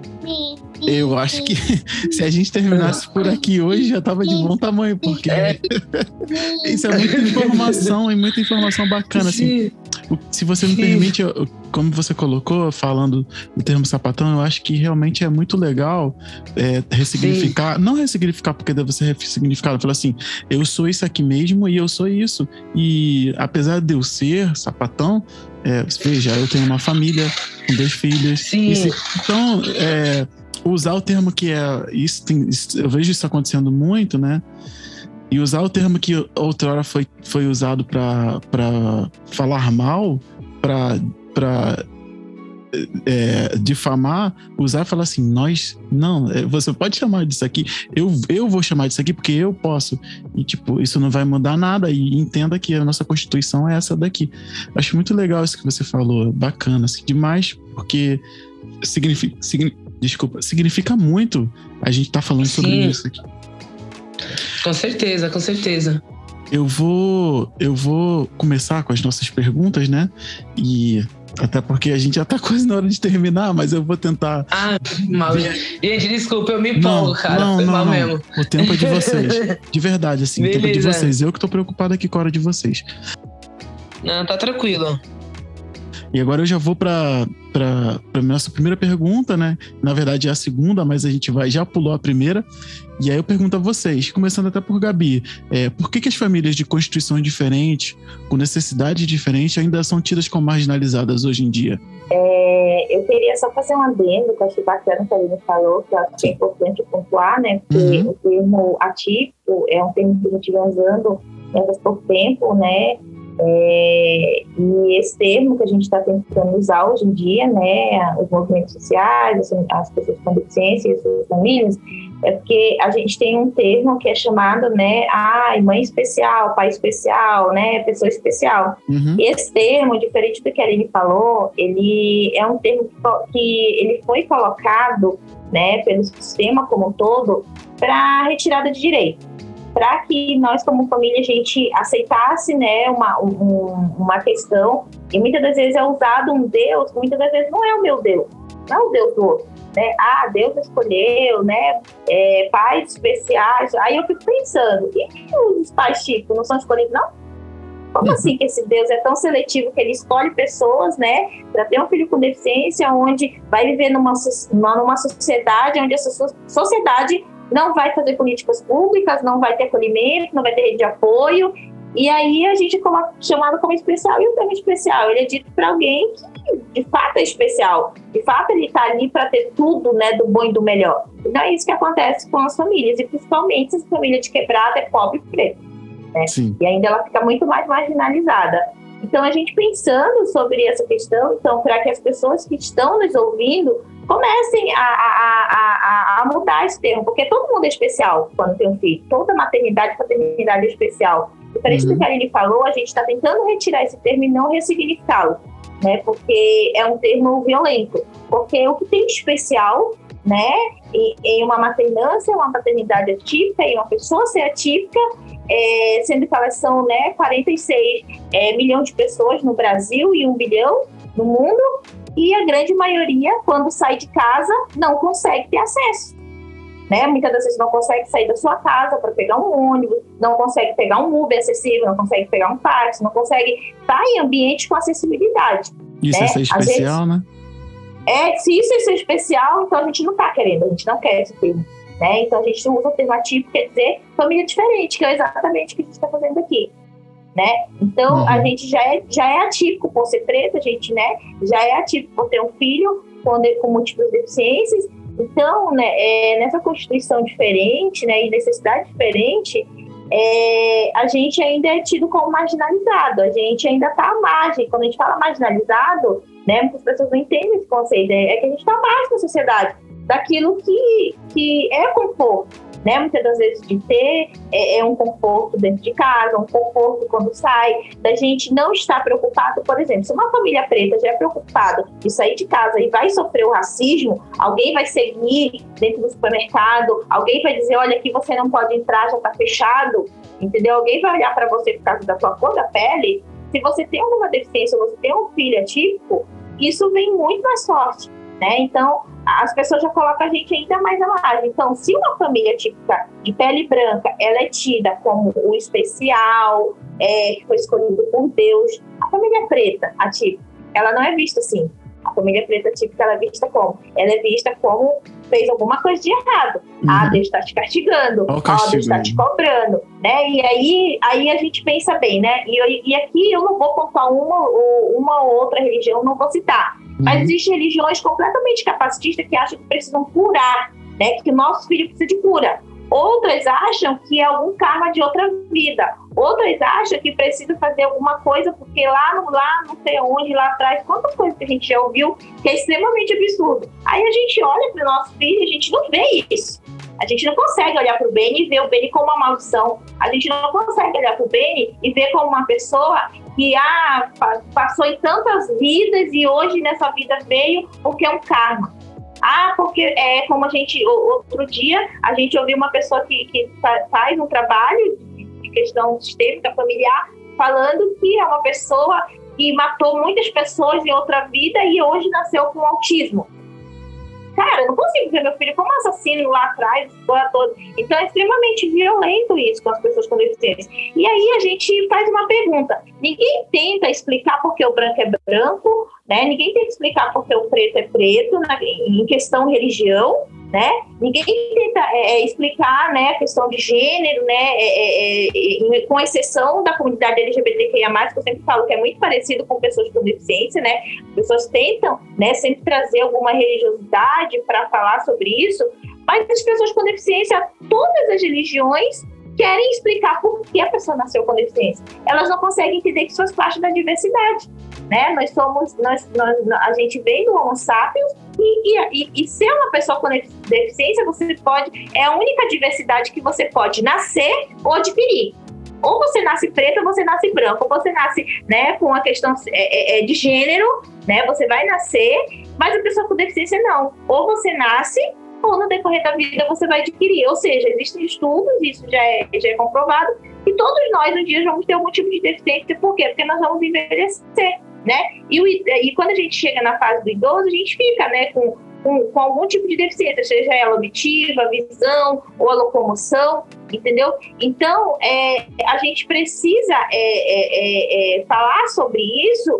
eu acho que se a gente terminasse por aqui hoje, já tava de bom tamanho, porque É. isso é muita informação e muita informação bacana, assim. Sim. O- Se você me Sim. permite, eu- como você colocou, falando do termo sapatão, eu acho que realmente é muito legal é, ressignificar, não ressignificar porque deve ser ressignificado, falar assim, eu sou isso aqui mesmo e eu sou isso. E apesar de eu ser sapatão, é, veja, eu tenho uma família com dois filhos. Sim. E se- então, é, usar o termo que é. Isso tem, isso- eu vejo isso acontecendo muito, né? E usar o termo que outrora foi, foi usado para falar mal, para é, difamar, usar e falar assim, nós, não, é, você pode chamar disso aqui, eu, eu vou chamar disso aqui porque eu posso. E tipo, isso não vai mudar nada, e entenda que a nossa Constituição é essa daqui. Acho muito legal isso que você falou, bacana, assim, demais, porque significa, signi- desculpa, significa muito a gente tá falando sobre Sim. isso aqui. Com certeza, com certeza. Eu vou, eu vou começar com as nossas perguntas, né? E até porque a gente já tá quase na hora de terminar, mas eu vou tentar. Ah, mal. Gente, desculpa, eu me empolgo, Não, cara. não, Foi não, mal não. mesmo. O tempo é de vocês. De verdade, assim, o tempo é de Beleza. vocês. Eu que tô preocupado aqui com a hora de vocês. Não, tá tranquilo. E agora eu já vou para para nossa primeira pergunta, né? Na verdade é a segunda, mas a gente vai já pulou a primeira. E aí eu pergunto a vocês, começando até por Gabi, é, por que, que as famílias de constituições diferentes, com necessidades diferentes, ainda são tidas como marginalizadas hoje em dia? É, eu queria só fazer um adendo, que eu achei bacana que a Aline falou, que eu acho que é importante pontuar, né? Porque Uhum. o termo atípico é um termo que a gente vem usando né, faz pouco tempo, né? É, e esse termo que a gente está tentando usar hoje em dia, né, os movimentos sociais, as, as pessoas com deficiência e as suas famílias, é porque a gente tem um termo que é chamado, né, ai, mãe especial, pai especial, né, pessoa especial. Uhum. E esse termo, diferente do que a Aline falou, ele é um termo que, que ele foi colocado, né, pelo sistema como um todo para retirada de direito. Para que nós, como família, a gente aceitasse né, uma, um, uma questão, e muitas das vezes é usado um Deus, que muitas das vezes não é o meu Deus, não é o Deus do outro. Né? Ah, Deus escolheu, né? É, pais especiais. Aí eu fico pensando, e os pais típicos não são escolhidos, não? Como assim que esse Deus é tão seletivo que ele escolhe pessoas, né, para ter um filho com deficiência, onde vai viver numa, numa sociedade, onde essa sociedade não vai fazer políticas públicas, não vai ter acolhimento, não vai ter rede de apoio, e aí a gente coloca chamado como especial, e o termo especial, ele é dito para alguém que de fato é especial, de fato ele está ali para ter tudo, né, do bom e do melhor. Então é isso que acontece com as famílias, e principalmente se a família de quebrada é pobre e preto, né? Sim. E ainda ela fica muito mais marginalizada. Então a gente pensando sobre essa questão, então para que as pessoas que estão nos ouvindo comecem a, a, a, a mudar esse termo, porque todo mundo é especial quando tem um filho, toda maternidade e paternidade é especial. Diferente Uhum. do que a Aline falou, a gente está tentando retirar esse termo e não ressignificá-lo, né? Porque é um termo violento. Porque o que tem de especial, né, em, em uma maternância, uma paternidade atípica, em uma pessoa ser atípica, é, sendo que elas são né, quarenta e seis é, milhões de pessoas no Brasil e um bilhão no mundo, e a grande maioria, quando sai de casa, não consegue ter acesso. Né? Muitas das vezes não consegue sair da sua casa para pegar um ônibus, não consegue pegar um Uber acessível, não consegue pegar um táxi, não consegue estar em ambiente com acessibilidade. Isso né? é ser especial, vezes, né? É, se isso é ser especial, então a gente não está querendo, a gente não quer esse termo. Né? Então a gente usa o termo atípico, quer dizer família diferente, que é exatamente o que a gente está fazendo aqui. né? Então, Uhum. a gente já é, já é atípico por ser preto, a gente, né, já é atípico por ter um filho com, com múltiplas deficiências. Então, né, é, nessa constituição diferente, né, e necessidade diferente, é, a gente ainda é tido como marginalizado, a gente ainda está à margem. Quando a gente fala marginalizado, né, muitas pessoas não entendem esse conceito, é que a gente está à margem da sociedade, daquilo que, que é conforto, né, muitas das vezes de ter, é, é um conforto dentro de casa, um conforto quando sai, da gente não estar preocupado. Por exemplo, se uma família preta já é preocupada de sair de casa e vai sofrer o racismo, alguém vai seguir dentro do supermercado, alguém vai dizer, olha, aqui você não pode entrar, já está fechado, entendeu? Alguém vai olhar para você por causa da sua cor da pele. Se você tem alguma deficiência, ou você tem um filho atípico, isso vem muito mais forte, né? Então, as pessoas já colocam a gente ainda mais à margem. Então, se uma família típica de pele branca, ela é tida como o especial, é, que foi escolhido por Deus, a família preta atípica, ela não é vista assim. A família preta típica, ela é vista como? Ela é vista como fez alguma coisa de errado. Uhum. Ah, Deus está te castigando. Olha o Ah, castigo, Deus está né? te cobrando. Né? E aí, aí a gente pensa bem, né? E, e aqui eu não vou contar uma ou uma ou outra religião, não vou citar. Uhum. Mas existem religiões completamente capacitistas que acham que precisam curar, né? Que o nosso filho precisa de cura. Outras acham que é algum karma de outra vida. Outras acham que precisa fazer alguma coisa porque lá, no, lá não sei onde, lá atrás, quantas coisas que a gente já ouviu que é extremamente absurdo. Aí a gente olha para o nosso filho e a gente não vê isso. A gente não consegue olhar para o Beni e ver o Beni como uma maldição. A gente não consegue olhar para o Beni e ver como uma pessoa que ah, passou em tantas vidas e hoje nessa vida veio porque é um karma. Ah, porque é como a gente, outro dia, a gente ouviu uma pessoa que, que faz um trabalho de questão sistêmica familiar, falando que é uma pessoa que matou muitas pessoas em outra vida e hoje nasceu com autismo. Cara, eu não consigo ver meu filho como assassino lá atrás, todo. Então é extremamente violento isso com as pessoas com deficiência. E aí a gente faz uma pergunta. Ninguém tenta explicar por que o branco é branco, né? Ninguém tenta explicar por que o preto é preto, na, em questão religião, né? Ninguém tenta é, explicar, né, a questão de gênero, né, é, é, é, com exceção da comunidade L G B T Q I A mais, que eu sempre falo que é muito parecido com pessoas com deficiência, né? As pessoas tentam, né, sempre trazer alguma religiosidade para falar sobre isso, mas as pessoas com deficiência, todas as religiões querem explicar por que a pessoa nasceu com deficiência. Elas não conseguem entender que isso faz parte da diversidade, né? Nós somos, nós, nós, a gente vem do Homo sapiens e, e, e ser uma pessoa com deficiência, você pode, é a única diversidade que você pode nascer ou adquirir. Ou você nasce preto ou você nasce branco, ou você nasce, né, com a questão é, é, de gênero, né? Você vai nascer, mas a pessoa com deficiência não. Ou você nasce ou no decorrer da vida você vai adquirir. Ou seja, existem estudos, isso já é, já é comprovado, que todos nós um dia vamos ter algum tipo de deficiência. Por quê? Porque nós vamos envelhecer, né? E, o, e quando a gente chega na fase do idoso, a gente fica, né, com, com, com algum tipo de deficiência, seja ela auditiva, visão ou a locomoção, entendeu? Então, é, a gente precisa é, é, é, falar sobre isso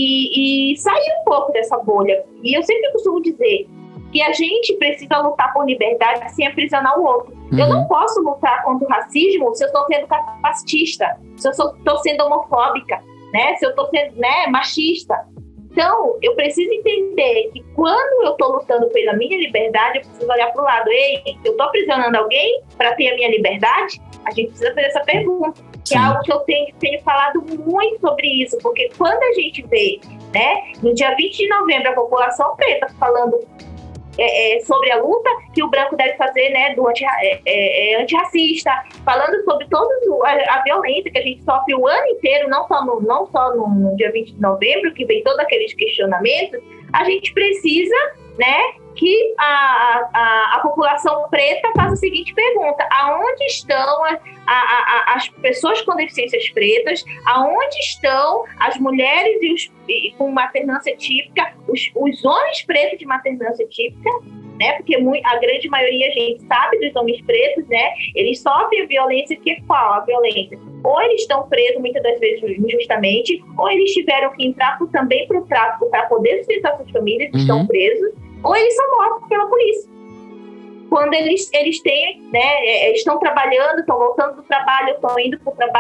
e, e sair um pouco dessa bolha. E eu sempre costumo dizer que a gente precisa lutar por liberdade sem aprisionar o outro. Uhum. Eu não posso lutar contra o racismo se eu estou sendo capacitista, se eu estou sendo homofóbica, né? Se eu estou sendo, né, machista. Então, eu preciso entender que quando eu estou lutando pela minha liberdade, eu preciso olhar para o lado. Ei, eu estou aprisionando alguém para ter a minha liberdade? A gente precisa fazer essa pergunta. Que é algo que eu tenho, tenho falado muito sobre isso, porque quando a gente vê, né, no dia vinte de novembro, a população preta falando É, é, sobre a luta que o branco deve fazer, né, do anti, é, é, antirracista, falando sobre toda a, a violência que a gente sofre o ano inteiro, não só, no, não só no, no dia vinte de novembro, que vem todos aqueles questionamentos, a gente precisa, né, que a, a, a população preta faça a seguinte pergunta: aonde estão a, a, a, as pessoas com deficiências pretas, aonde estão as mulheres e os, e, com maternância típica, os, os homens pretos de maternância típica, né? Porque muito, a grande maioria, a gente sabe dos homens pretos, né? Eles sofrem a violência, que é qual a violência? Ou eles estão presos, muitas das vezes injustamente, ou eles tiveram que entrar por, também para o tráfico para poder sustentar suas famílias, que uhum. estão presos, ou eles são mortos pela polícia. Quando eles, eles têm, né, estão trabalhando, estão voltando do trabalho, estão indo para o trabalho,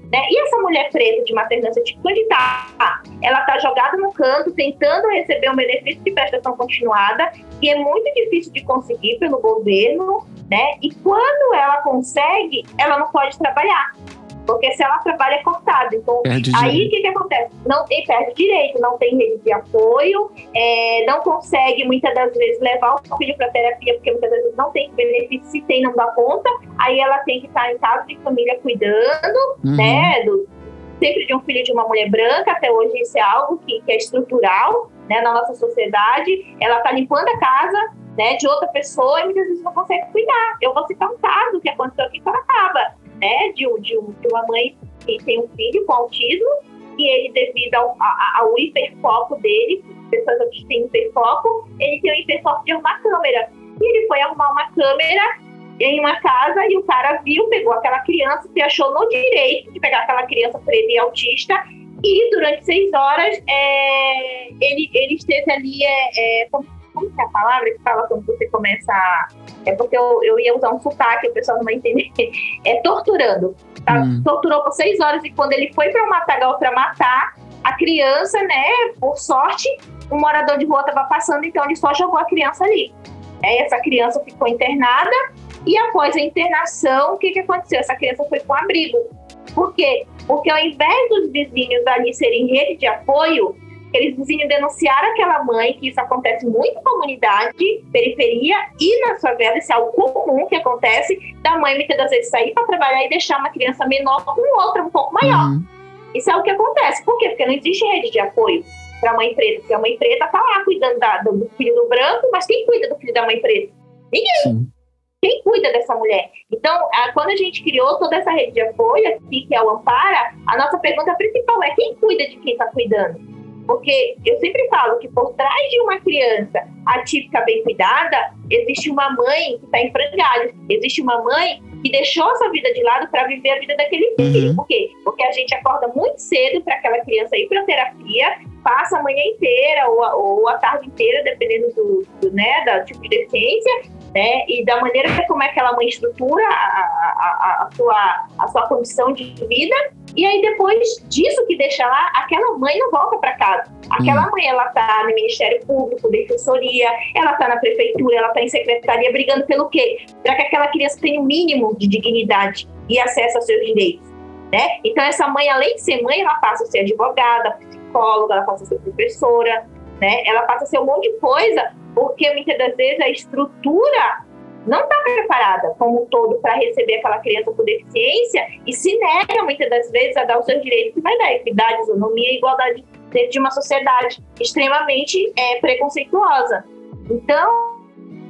Né? E essa mulher preta de maternância, tipo, onde está? Ela está jogada no canto, tentando receber um benefício de prestação continuada, que é muito difícil de conseguir pelo governo, né? E quando ela consegue, ela não pode trabalhar. Porque se ela trabalha é cortado. Então, perde aí direito. o que, que acontece? Não tem, perde direito, não tem rede de apoio, é, não consegue muitas das vezes levar o filho para terapia, porque muitas das vezes não tem benefício, se tem, não dá conta. Aí ela tem que estar em casa de família cuidando, Uhum. né? Do, sempre de um filho de uma mulher branca, até hoje isso é algo que, que é estrutural, né, na nossa sociedade. Ela está limpando a casa, né, de outra pessoa e muitas vezes não consegue cuidar. Eu vou citar um caso que aconteceu aqui em Sorocaba, né, de, de, de uma mãe que tem um filho com autismo e ele, devido ao, ao, ao hiperfoco dele, pessoas que têm hiperfoco, ele tem o hiperfoco de arrumar câmera. E ele foi arrumar uma câmera em uma casa e o cara viu, pegou aquela criança, se achou no direito de pegar aquela criança preta e autista e durante seis horas é, ele, ele esteve ali, é, é, como, como que é a palavra que fala quando você começa a... É porque eu, eu ia usar um sotaque, o pessoal não vai entender. É torturando. Tá? Hum. Torturou por seis horas e quando ele foi para o matagal para matar, a criança, né, por sorte, um morador de rua estava passando, então ele só jogou a criança ali. É, essa criança ficou internada e após a internação, o que, que aconteceu? Essa criança foi para um abrigo. Por quê? Porque ao invés dos vizinhos ali serem rede de apoio, aqueles vizinhos denunciaram aquela mãe, que isso acontece muito em comunidade, periferia e nas favelas, isso é algo comum que acontece, da mãe muitas das vezes sair para trabalhar e deixar uma criança menor com outra um pouco maior. Uhum. Isso é o que acontece. Por quê? Porque não existe rede de apoio para a mãe preta, porque a mãe preta está lá cuidando da, do filho do branco, mas quem cuida do filho da mãe preta? Ninguém. Sim. Quem cuida dessa mulher? Então, a, quando a gente criou toda essa rede de apoio aqui, que é o Ampara, a nossa pergunta principal é quem cuida de quem está cuidando? Porque eu sempre falo que por trás de uma criança atípica bem cuidada, existe uma mãe que está em frangalhos, existe uma mãe que deixou essa vida de lado para viver a vida daquele filho. Uhum. Por quê? Porque a gente acorda muito cedo para aquela criança ir para terapia, passa a manhã inteira ou a, ou a tarde inteira, dependendo do, do, né, do tipo de deficiência, né, e da maneira como aquela mãe estrutura a, a, a, sua, a sua condição de vida. E aí, depois disso que deixa lá, aquela mãe não volta para casa. Aquela hum. mãe, ela está no Ministério Público, Defensoria, ela está na Prefeitura, ela está em Secretaria, brigando pelo quê? Para que aquela criança tenha o um mínimo de dignidade e acesso aos seus direitos, né? Então, essa mãe, além de ser mãe, ela passa a ser advogada, psicóloga, ela passa a ser professora, né? Ela passa a ser um monte de coisa, porque muitas das vezes a estrutura não está preparada como um todo para receber aquela criança com deficiência e se nega muitas das vezes a dar os seus direitos que vai dar equidade, isonomia e igualdade dentro de uma sociedade extremamente é, preconceituosa. Então,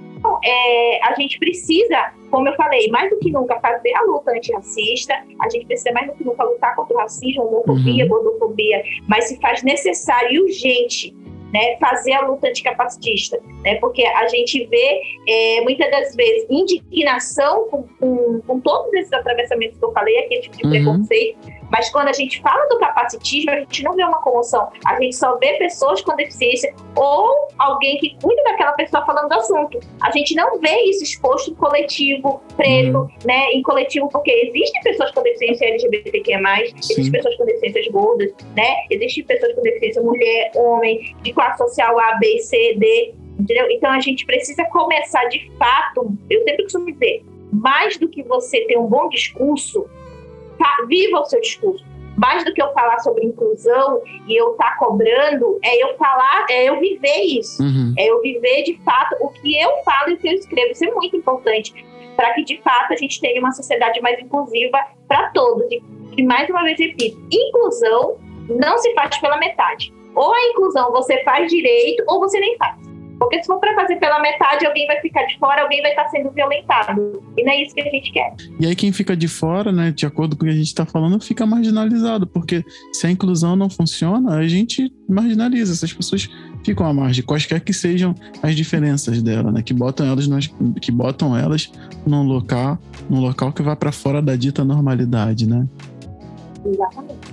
é, a gente precisa, como eu falei, mais do que nunca fazer a luta antirracista, a gente precisa mais do que nunca lutar contra o racismo, homofobia, uhum. gordofobia, mas se faz necessário e urgente, né, fazer a luta anticapacitista, né, porque a gente vê é, muitas das vezes indignação com, com, com todos esses atravessamentos que eu falei, aquele tipo de uhum. preconceito, mas quando a gente fala do capacitismo, a gente não vê uma comoção, a gente só vê pessoas com deficiência ou alguém que cuida daquela pessoa falando do assunto. A gente não vê isso exposto em coletivo, preto, uhum. né, em coletivo, porque existem pessoas com deficiência L G B T Q I mais, Sim. existem pessoas com deficiências gordas, né, existem pessoas com deficiência mulher, homem, de classe social A, B, C, D, entendeu? Então a gente precisa começar de fato, eu sempre costumo dizer, mais do que você ter um bom discurso, tá, viva o seu discurso. Mais do que eu falar sobre inclusão e eu estar tá cobrando, é eu falar, é eu viver isso. Uhum. É eu viver de fato o que eu falo e o que eu escrevo. Isso é muito importante para que de fato a gente tenha uma sociedade mais inclusiva para todos. E, e mais uma vez repito, inclusão não se faz pela metade. Ou a inclusão você faz direito ou você nem faz. Porque se for para fazer pela metade, alguém vai ficar de fora, alguém vai estar sendo violentado. E não é isso que a gente quer. E aí quem fica de fora, né, de acordo com o que a gente está falando, fica marginalizado. Porque se a inclusão não funciona, a gente marginaliza. Essas pessoas ficam à margem, quaisquer que sejam as diferenças dela, né? Que botam elas, nas, que botam elas num local, num local que vai para fora da dita normalidade, né? Exatamente.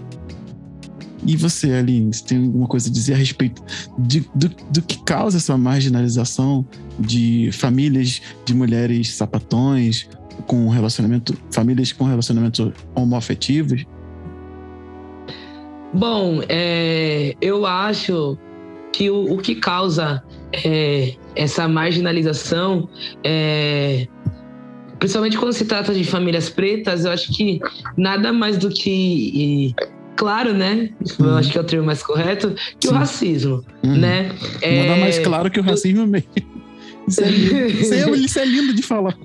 E você, Aline, você tem alguma coisa a dizer a respeito de, do, do que causa essa marginalização de famílias de mulheres sapatões, com relacionamento, famílias com relacionamentos homoafetivos? Bom, é, eu acho que o, o que causa é, essa marginalização, é, principalmente quando se trata de famílias pretas, eu acho que nada mais do que, e, claro, né? Eu Uhum. acho que é o termo mais correto, que Sim. o racismo, Uhum. né? Nada É, mais claro que o racismo mesmo. Isso é lindo. Isso é, isso é lindo de falar.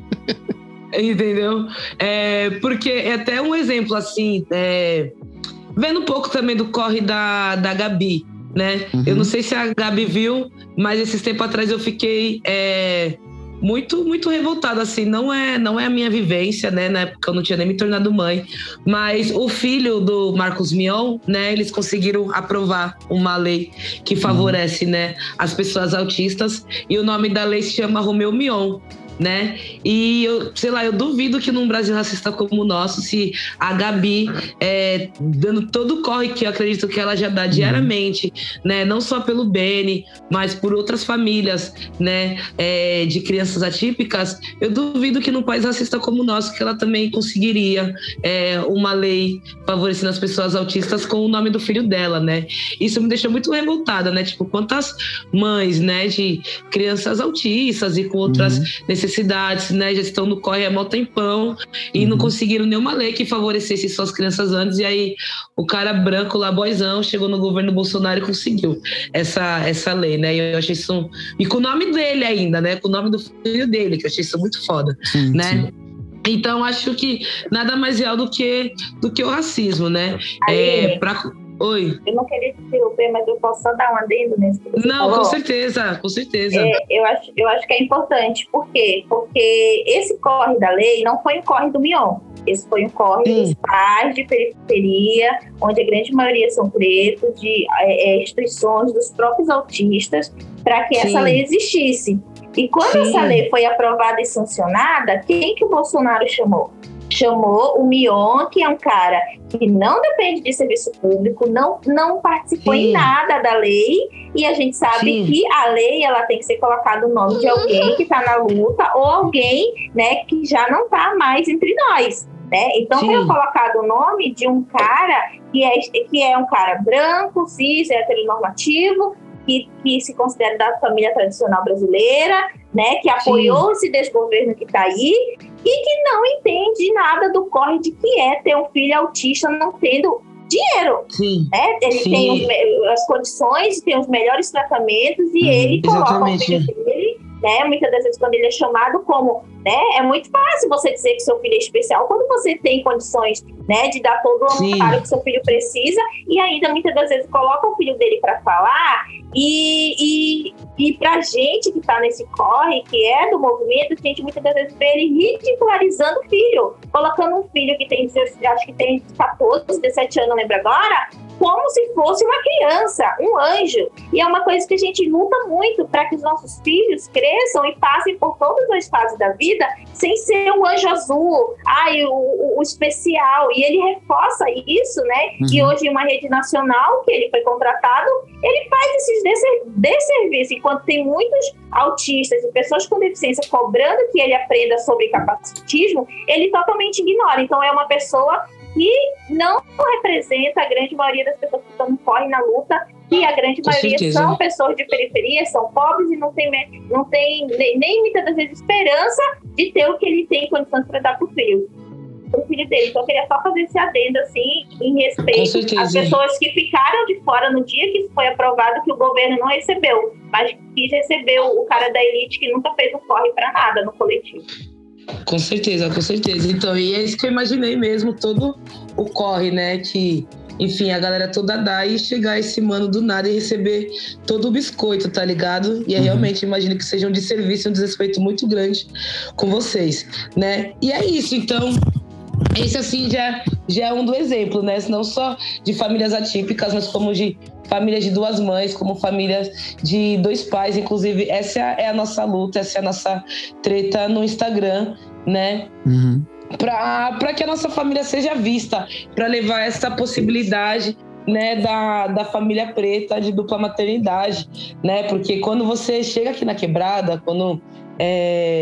Entendeu? É, porque é até um exemplo, assim, é, vendo um pouco também do corre da, da Gabi, né? Uhum. Eu não sei se a Gabi viu, mas esses tempos atrás eu fiquei é, muito, muito revoltada, assim. Não é, não é a minha vivência, né? Na época eu não tinha nem me tornado mãe. Mas o filho do Marcos Mion, né? Eles conseguiram aprovar uma lei que favorece, uhum. né, as pessoas autistas. E o nome da lei se chama Romeu Mion. Né? E eu, sei lá, eu duvido que num Brasil racista como o nosso, se a Gabi é, dando todo o corre que eu acredito que ela já dá diariamente, né? Não só pelo Beni, mas por outras famílias, né? É, de crianças atípicas, eu duvido que num país racista como o nosso, que ela também conseguiria é, uma lei favorecendo as pessoas autistas com o nome do filho dela, né? Isso me deixou muito revoltada, né? Tipo, quantas mães, né, de crianças autistas e com outras uhum. necessidades cidades, né, já estão no corre há mó tempão e uhum. não conseguiram nenhuma lei que favorecesse suas crianças antes, e aí o cara branco lá, boizão, chegou no governo Bolsonaro e conseguiu essa, essa lei, né, e eu achei isso, e com o nome dele ainda, né, com o nome do filho dele, que eu achei isso muito foda, sim, né. Sim. Então, acho que nada mais real do que, do que o racismo, né. É, pra... Oi. Eu não queria te interromper, mas eu posso só dar um adendo nesse que você Não, falou? com certeza, com certeza. É, eu, acho, eu acho que é importante. Por quê? Porque esse corre da lei não foi um corre do Mion. Esse foi um corre Sim. dos pais de periferia, onde a grande maioria são pretos, de é, instituições dos próprios autistas, para que Sim. essa lei existisse. E quando Sim. essa lei foi aprovada e sancionada, quem que o Bolsonaro chamou? Chamou o Mion, que é um cara que não depende de serviço público, não, não participou Sim. em nada da lei, e a gente sabe Sim. que a lei ela tem que ser colocada o nome de alguém que está na luta ou alguém, né, que já não está mais entre nós. Né? Então, Sim. foi colocado o nome de um cara que é, que é um cara branco, cis, heteronormativo, que, que se considera da família tradicional brasileira, né, que apoiou Sim. esse desgoverno que está aí e que não entende nada do corre de que é ter um filho autista não tendo dinheiro. Sim. Né? Ele Sim. tem os, as condições, tem os melhores tratamentos e hum, ele coloca exatamente. o filho dele, né, muitas das vezes quando ele é chamado como, né, é muito fácil você dizer que seu filho é especial quando você tem condições, né, de dar todo o amparo que seu filho precisa, e ainda muitas das vezes coloca o filho dele para falar. E, e, e pra gente que tá nesse corre, que é do movimento, a gente muitas das vezes vê ele ridicularizando o filho, colocando um filho que tem, acho que tem catorze, dezessete anos, não lembro agora, como se fosse uma criança, um anjo. E é uma coisa que a gente luta muito para que os nossos filhos cresçam e passem por todas as fases da vida sem ser um anjo azul, ai, o, o, o especial. E ele reforça isso, né? Uhum. E hoje, em uma rede nacional que ele foi contratado, ele faz esses desserviços. Enquanto tem muitos autistas e pessoas com deficiência cobrando que ele aprenda sobre capacitismo, ele totalmente ignora. Então, é uma pessoa que não representa a grande maioria das pessoas que estão no corre na luta, e a grande Com maioria certeza. são pessoas de periferia, são pobres e não tem, não tem nem, nem muitas das vezes esperança de ter o que ele tem condições para dar para o filho, pro filho dele. Então eu queria só fazer esse adendo assim, em respeito às pessoas que ficaram de fora no dia que isso foi aprovado, que o governo não recebeu, mas que recebeu o cara da elite que nunca fez um corre para nada no coletivo. Com certeza, com certeza. Então, e é isso que eu imaginei mesmo, todo o corre, né, que, enfim, a galera toda dá e chegar esse mano do nada e receber todo o biscoito, tá ligado? E é, uhum. realmente, imagino que seja um desserviço, um desrespeito muito grande com vocês, né? E é isso, então, esse, assim, já, já é um do exemplo, né? Não só de famílias atípicas, mas como de famílias de duas mães, como famílias de dois pais. Inclusive, essa é a nossa luta, essa é a nossa treta no Instagram, né? Uhum. Para que a nossa família seja vista, para levar essa possibilidade, né, da, da família preta de dupla maternidade, né? Porque quando você chega aqui na Quebrada, quando... É,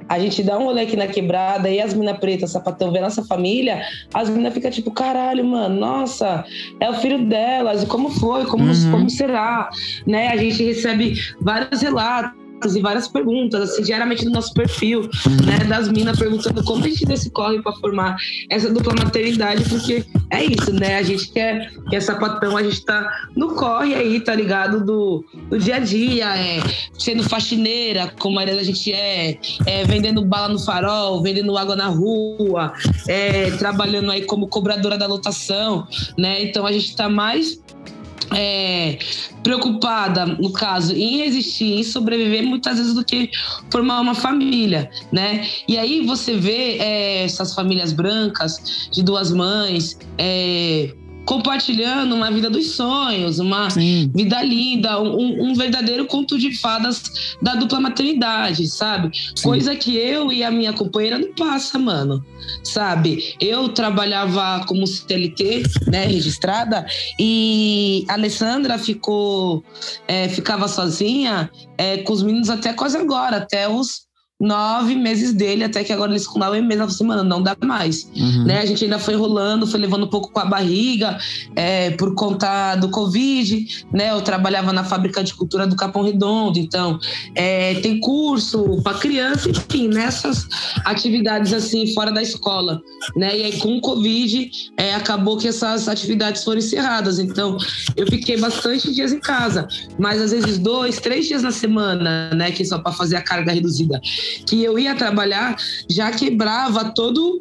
a gente dá um rolê aqui na quebrada e as minas pretas, sapatão, vê a nossa família, as minas ficam tipo, caralho, mano, nossa, é o filho delas, e como foi, como, Uhum. como será, né? A gente recebe vários relatos e várias perguntas, assim, diariamente no nosso perfil, Uhum. né, das minas perguntando como a gente desse corre para formar essa dupla maternidade, porque é isso, né, a gente quer que essa sapatão, a gente tá no corre aí, tá ligado, do, do dia a dia, é, sendo faxineira, como a gente é, é, vendendo bala no farol, vendendo água na rua, é, trabalhando aí como cobradora da lotação, né, então a gente tá mais É, preocupada, no caso, em resistir, em sobreviver, muitas vezes do que formar uma família, né? E aí você vê é, essas famílias brancas de duas mães é, compartilhando uma vida dos sonhos, uma Sim. vida linda, um, um verdadeiro conto de fadas da dupla maternidade, sabe? Sim. Coisa que eu e a minha companheira não passa, mano, sabe? Eu trabalhava como C L T, né, registrada, e a Alessandra ficou, é, ficava sozinha é, com os meninos até quase agora, até os nove meses dele, até que agora eles com nove meses, ela falou assim, mano, não dá mais, Uhum. né? A gente ainda foi enrolando, foi levando um pouco com a barriga, é, por conta do Covid, né? Eu trabalhava na fábrica de cultura do Capão Redondo, então é, tem curso para criança, enfim, nessas atividades assim, fora da escola, né? E aí com o Covid, é, acabou que essas atividades foram encerradas, então eu fiquei bastante dias em casa, mas às vezes dois, três dias na semana, né? Que só para fazer a carga reduzida, que eu ia trabalhar, já quebrava todo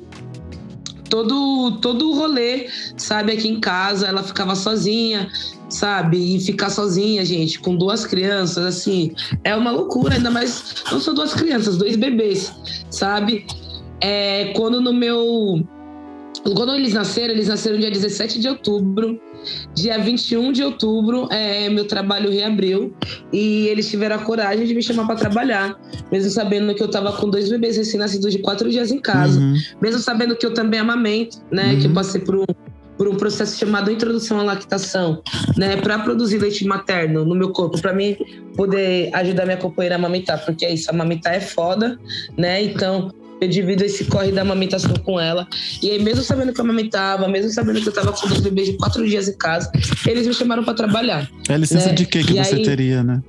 todo todo o rolê, sabe, aqui em casa. Ela ficava sozinha, sabe, e ficar sozinha, gente, com duas crianças, assim, é uma loucura, ainda mais, não são duas crianças, dois bebês, sabe, é, quando no meu quando eles nasceram, eles nasceram dia dezessete de outubro, dia vinte e um de outubro, é, meu trabalho reabriu e eles tiveram a coragem de me chamar para trabalhar, mesmo sabendo que eu tava com dois bebês recém-nascidos de quatro dias em casa, Uhum. mesmo sabendo que eu também amamento, né, Uhum. que eu passei por um, por um processo chamado introdução à lactação, né, para produzir leite materno no meu corpo, para mim poder ajudar minha companheira a amamentar, porque é isso, amamentar é foda, né, então eu divido esse corre da amamentação com ela. E aí, mesmo sabendo que eu amamentava, mesmo sabendo que eu tava com dois bebês de quatro dias em casa, eles me chamaram para trabalhar. É a licença né? de quê que E você aí, teria, né?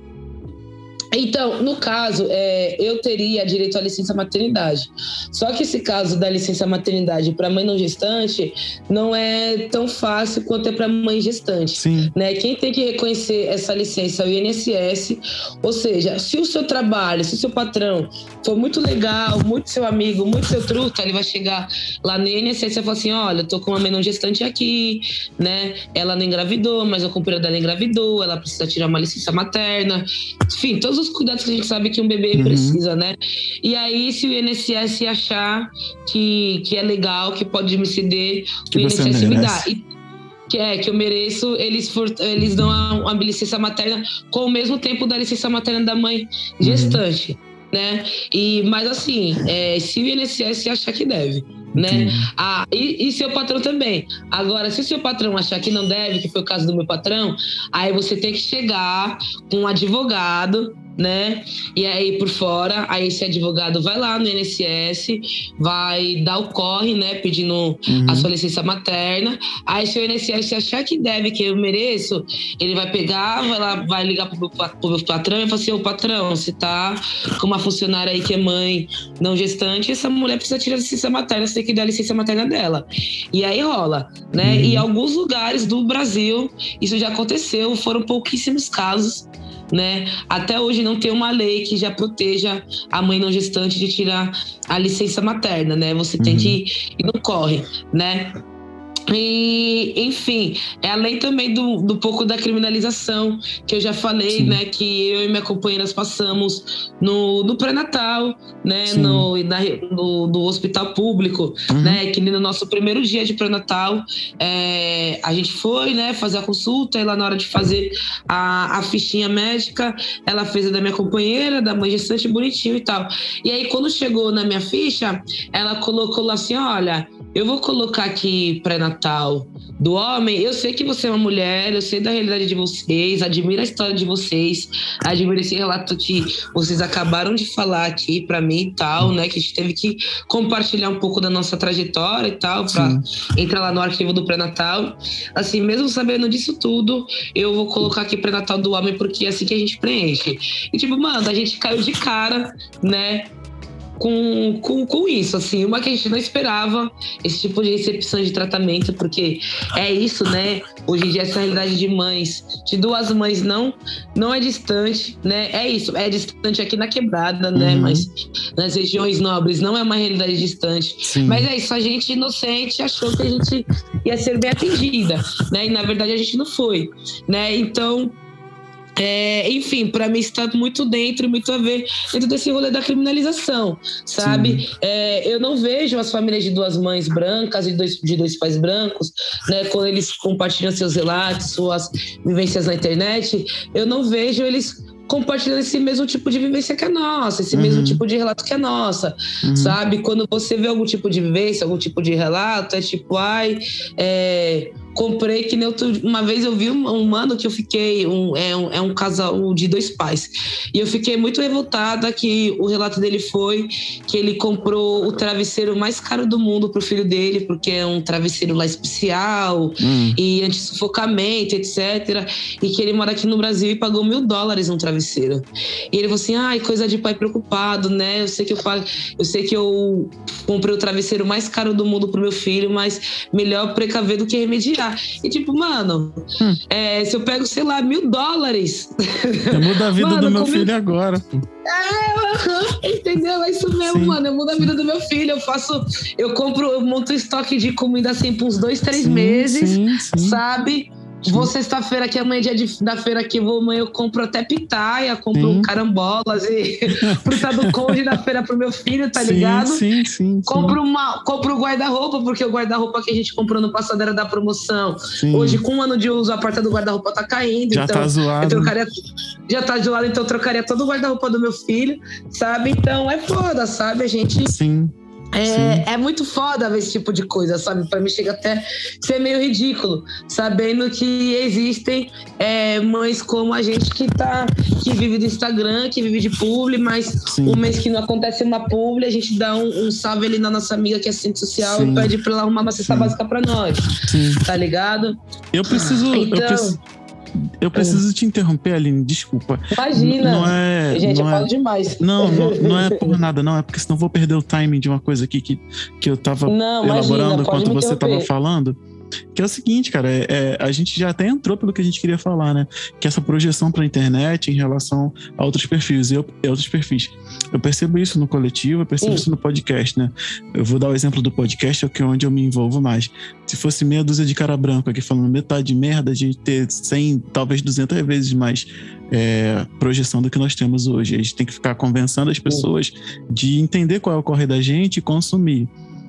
Então, no caso, é, eu teria direito à licença maternidade. Só que esse caso da licença maternidade para mãe não gestante não é tão fácil quanto é para mãe gestante. Sim. Né? Quem tem que reconhecer essa licença é o I N S S. Ou seja, se o seu trabalho, se o seu patrão for muito legal, muito seu amigo, muito seu truta, ele vai chegar lá no I N S S e vai falar assim, olha, eu tô com uma mãe não gestante aqui, né? Ela não engravidou, mas o companheiro dela engravidou, ela precisa tirar uma licença materna. Enfim, todos os cuidados que a gente sabe que um bebê Uhum. precisa, né? E aí, se o I N S S achar que, que é legal, que pode me ceder, Que o I N S S me dá. merece. E, que é, que eu mereço, eles, for, eles dão a, uma licença materna com o mesmo tempo da licença materna da mãe gestante, uhum. né? E, mas assim, é, se o I N S S achar que deve, né? Ah, e, e seu patrão também. Agora, se o seu patrão achar que não deve, que foi o caso do meu patrão, aí você tem que chegar com um advogado, né? E aí por fora, aí esse advogado vai lá no I N S S, vai dar o corre, né? Pedindo uhum. a sua licença materna. Aí se o I N S S achar que deve, que eu mereço, ele vai pegar, vai, lá, vai ligar pro meu, pro meu patrão e falar assim, ô patrão, você tá com uma funcionária aí que é mãe não gestante, essa mulher precisa tirar a licença materna, você tem que dar a licença materna dela. E aí rola, né? Uhum. E em alguns lugares do Brasil, isso já aconteceu, foram pouquíssimos casos, né? Até hoje não tem uma lei que já proteja a mãe não gestante de tirar a licença materna, né? Você tem uhum. que ir no corre, né? E, enfim, é além também do, do pouco da criminalização que eu já falei, Sim. né, que eu e minha companheira passamos no, no pré-natal, né, no, na, no, no hospital público, uhum. né, que no nosso primeiro dia de pré-natal é, a gente foi, né, fazer a consulta e lá na hora de fazer a, a fichinha médica, ela fez a da minha companheira, da mãe gestante, bonitinho e tal. E aí quando chegou na minha ficha, ela colocou lá assim, olha, eu vou colocar aqui pré-natal pré-natal do homem, eu sei que você é uma mulher, eu sei da realidade de vocês, admiro a história de vocês, admiro esse relato que vocês acabaram de falar aqui pra mim e tal, né? Que a gente teve que compartilhar um pouco da nossa trajetória e tal, pra Sim. entrar lá no arquivo do pré-natal. Assim, mesmo sabendo disso tudo, eu vou colocar aqui pré-natal do homem, porque é assim que a gente preenche. E tipo, mano, a gente caiu de cara, né? Com, com, com isso, assim, uma que a gente não esperava, esse tipo de recepção de tratamento, porque é isso, né? Hoje em dia, essa realidade de mães, de duas mães, não, não é distante, né? É isso, é distante aqui na quebrada, uhum. né? Mas nas regiões nobres não é uma realidade distante. Sim. Mas é isso, a gente inocente achou que a gente ia ser bem atendida, né? E na verdade a gente não foi, né? Então. É, enfim, para mim está muito dentro, muito a ver dentro desse rolê da criminalização, sabe? É, eu não vejo as famílias de duas mães brancas e de dois, de dois pais brancos, né, quando eles compartilham seus relatos, suas vivências na internet, eu não vejo eles compartilhando esse mesmo tipo de vivência que a nossa, esse uhum. mesmo tipo de relato que a nossa, uhum. sabe? Quando você vê algum tipo de vivência, algum tipo de relato, é tipo, ai, é... comprei que nem outro, uma vez eu vi um, um mano que eu fiquei, um, é, um, é um casal de dois pais, e eu fiquei muito revoltada que o relato dele foi que ele comprou o travesseiro mais caro do mundo pro filho dele, porque é um travesseiro lá especial, hum. e anti-sufocamento, etcétera, e que ele mora aqui no Brasil e pagou mil dólares num travesseiro. E ele falou assim, ai, coisa de pai preocupado, né? Eu sei que eu, eu sei que eu comprei o travesseiro mais caro do mundo pro meu filho, mas melhor precaver do que remediar. E tipo, mano, hum. é, se eu pego, sei lá, mil dólares... Eu mudo a vida mano, do meu filho eu... agora, pô. É, entendeu? É isso mesmo, sim, mano. Eu mudo a vida do meu filho. Eu faço... Eu compro... Eu monto estoque de comida assim por uns dois, três sim, meses, sim, sim. sabe? Vou sexta-feira, que amanhã é dia de, da feira que vou, amanhã eu compro até pitaia, compro sim. carambolas e fruta do conde da feira pro meu filho, tá sim, ligado? Sim, sim, compro uma, compro o guarda-roupa, porque o guarda-roupa que a gente comprou no passado era da promoção. Sim. Hoje, com um ano de uso, a porta do guarda-roupa tá caindo. Já então tá zoado. Eu trocaria, já tá zoado, então eu trocaria todo o guarda-roupa do meu filho, sabe? Então é foda, sabe? A gente... Sim. É, é muito foda ver esse tipo de coisa, sabe? Pra mim chega até a ser meio ridículo, sabendo que existem é, mães como a gente que, tá, que vive do Instagram, que vive de publi, mas sim. um mês que não acontece uma publi, a gente dá um, um salve ali na nossa amiga que é assistente social sim. e pede pra ela arrumar uma cesta sim. básica pra nós, sim. tá ligado? Eu preciso... Então, eu preciso... Eu preciso te interromper, Aline, desculpa. Imagina. Não é, gente, não eu é, falo demais. Não, não, não é por nada, não. É porque senão eu vou perder o timing de uma coisa aqui que, que eu tava não, elaborando imagina, enquanto você tava falando. Que é o seguinte, cara, é, é, a gente já até entrou pelo que a gente queria falar, né? Que essa projeção pra internet em relação a outros perfis, eu, outros perfis. Eu percebo isso no coletivo, eu percebo Sim. isso no podcast, né? Eu vou dar o exemplo do podcast, que é onde eu me envolvo mais. Se fosse meia dúzia de cara branco aqui falando metade de merda, a gente ter cem, talvez duzentas vezes mais é, projeção do que nós temos hoje. A gente tem que ficar convencendo as pessoas de entender qual é o corre da gente e consumir.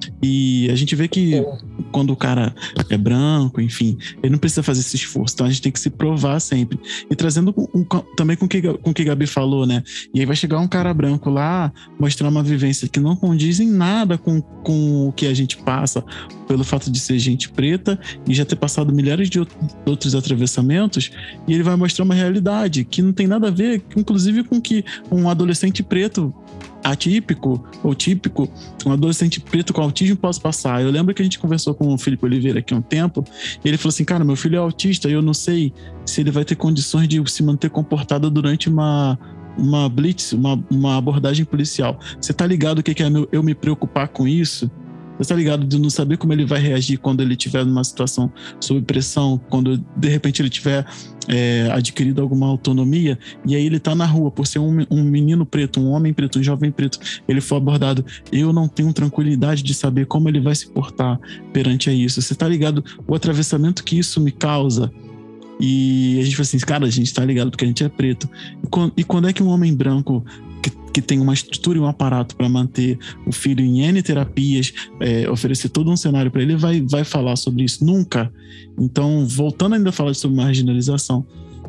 E a gente vê que quando o cara é branco, enfim, ele não precisa fazer esse esforço, então a gente tem que se provar sempre. E trazendo um, um, também com o que, com que Gabi falou, né? E aí vai chegar um cara branco lá, mostrar uma vivência que não condiz em nada com, com o que a gente passa, pelo fato de ser gente preta e já ter passado milhares de outros atravessamentos, e ele vai mostrar uma realidade que não tem nada a ver, inclusive com que um adolescente preto atípico ou típico, um adolescente preto com autismo possa passar. Eu lembro que a gente conversou com o Felipe Oliveira aqui há um tempo, e ele falou assim, cara, meu filho é autista e eu não sei se ele vai ter condições de se manter comportado durante uma, uma blitz, uma, uma abordagem policial. Você tá ligado o que é eu me preocupar com isso? Você tá ligado de não saber como ele vai reagir quando ele estiver numa situação sob pressão, quando de repente ele tiver é, adquirido alguma autonomia, e aí ele tá na rua, por ser um, um menino preto, um homem preto, um jovem preto, ele for abordado, eu não tenho tranquilidade de saber como ele vai se portar perante a isso. Você tá ligado o atravessamento que isso me causa? E a gente fala assim, cara, a gente tá ligado porque a gente é preto. E quando, e quando é que um homem branco que, que tem uma estrutura e um aparato para manter o filho em N terapias, é, oferecer todo um cenário para ele, vai, vai falar sobre isso? Nunca. Então, voltando ainda a falar sobre marginalização,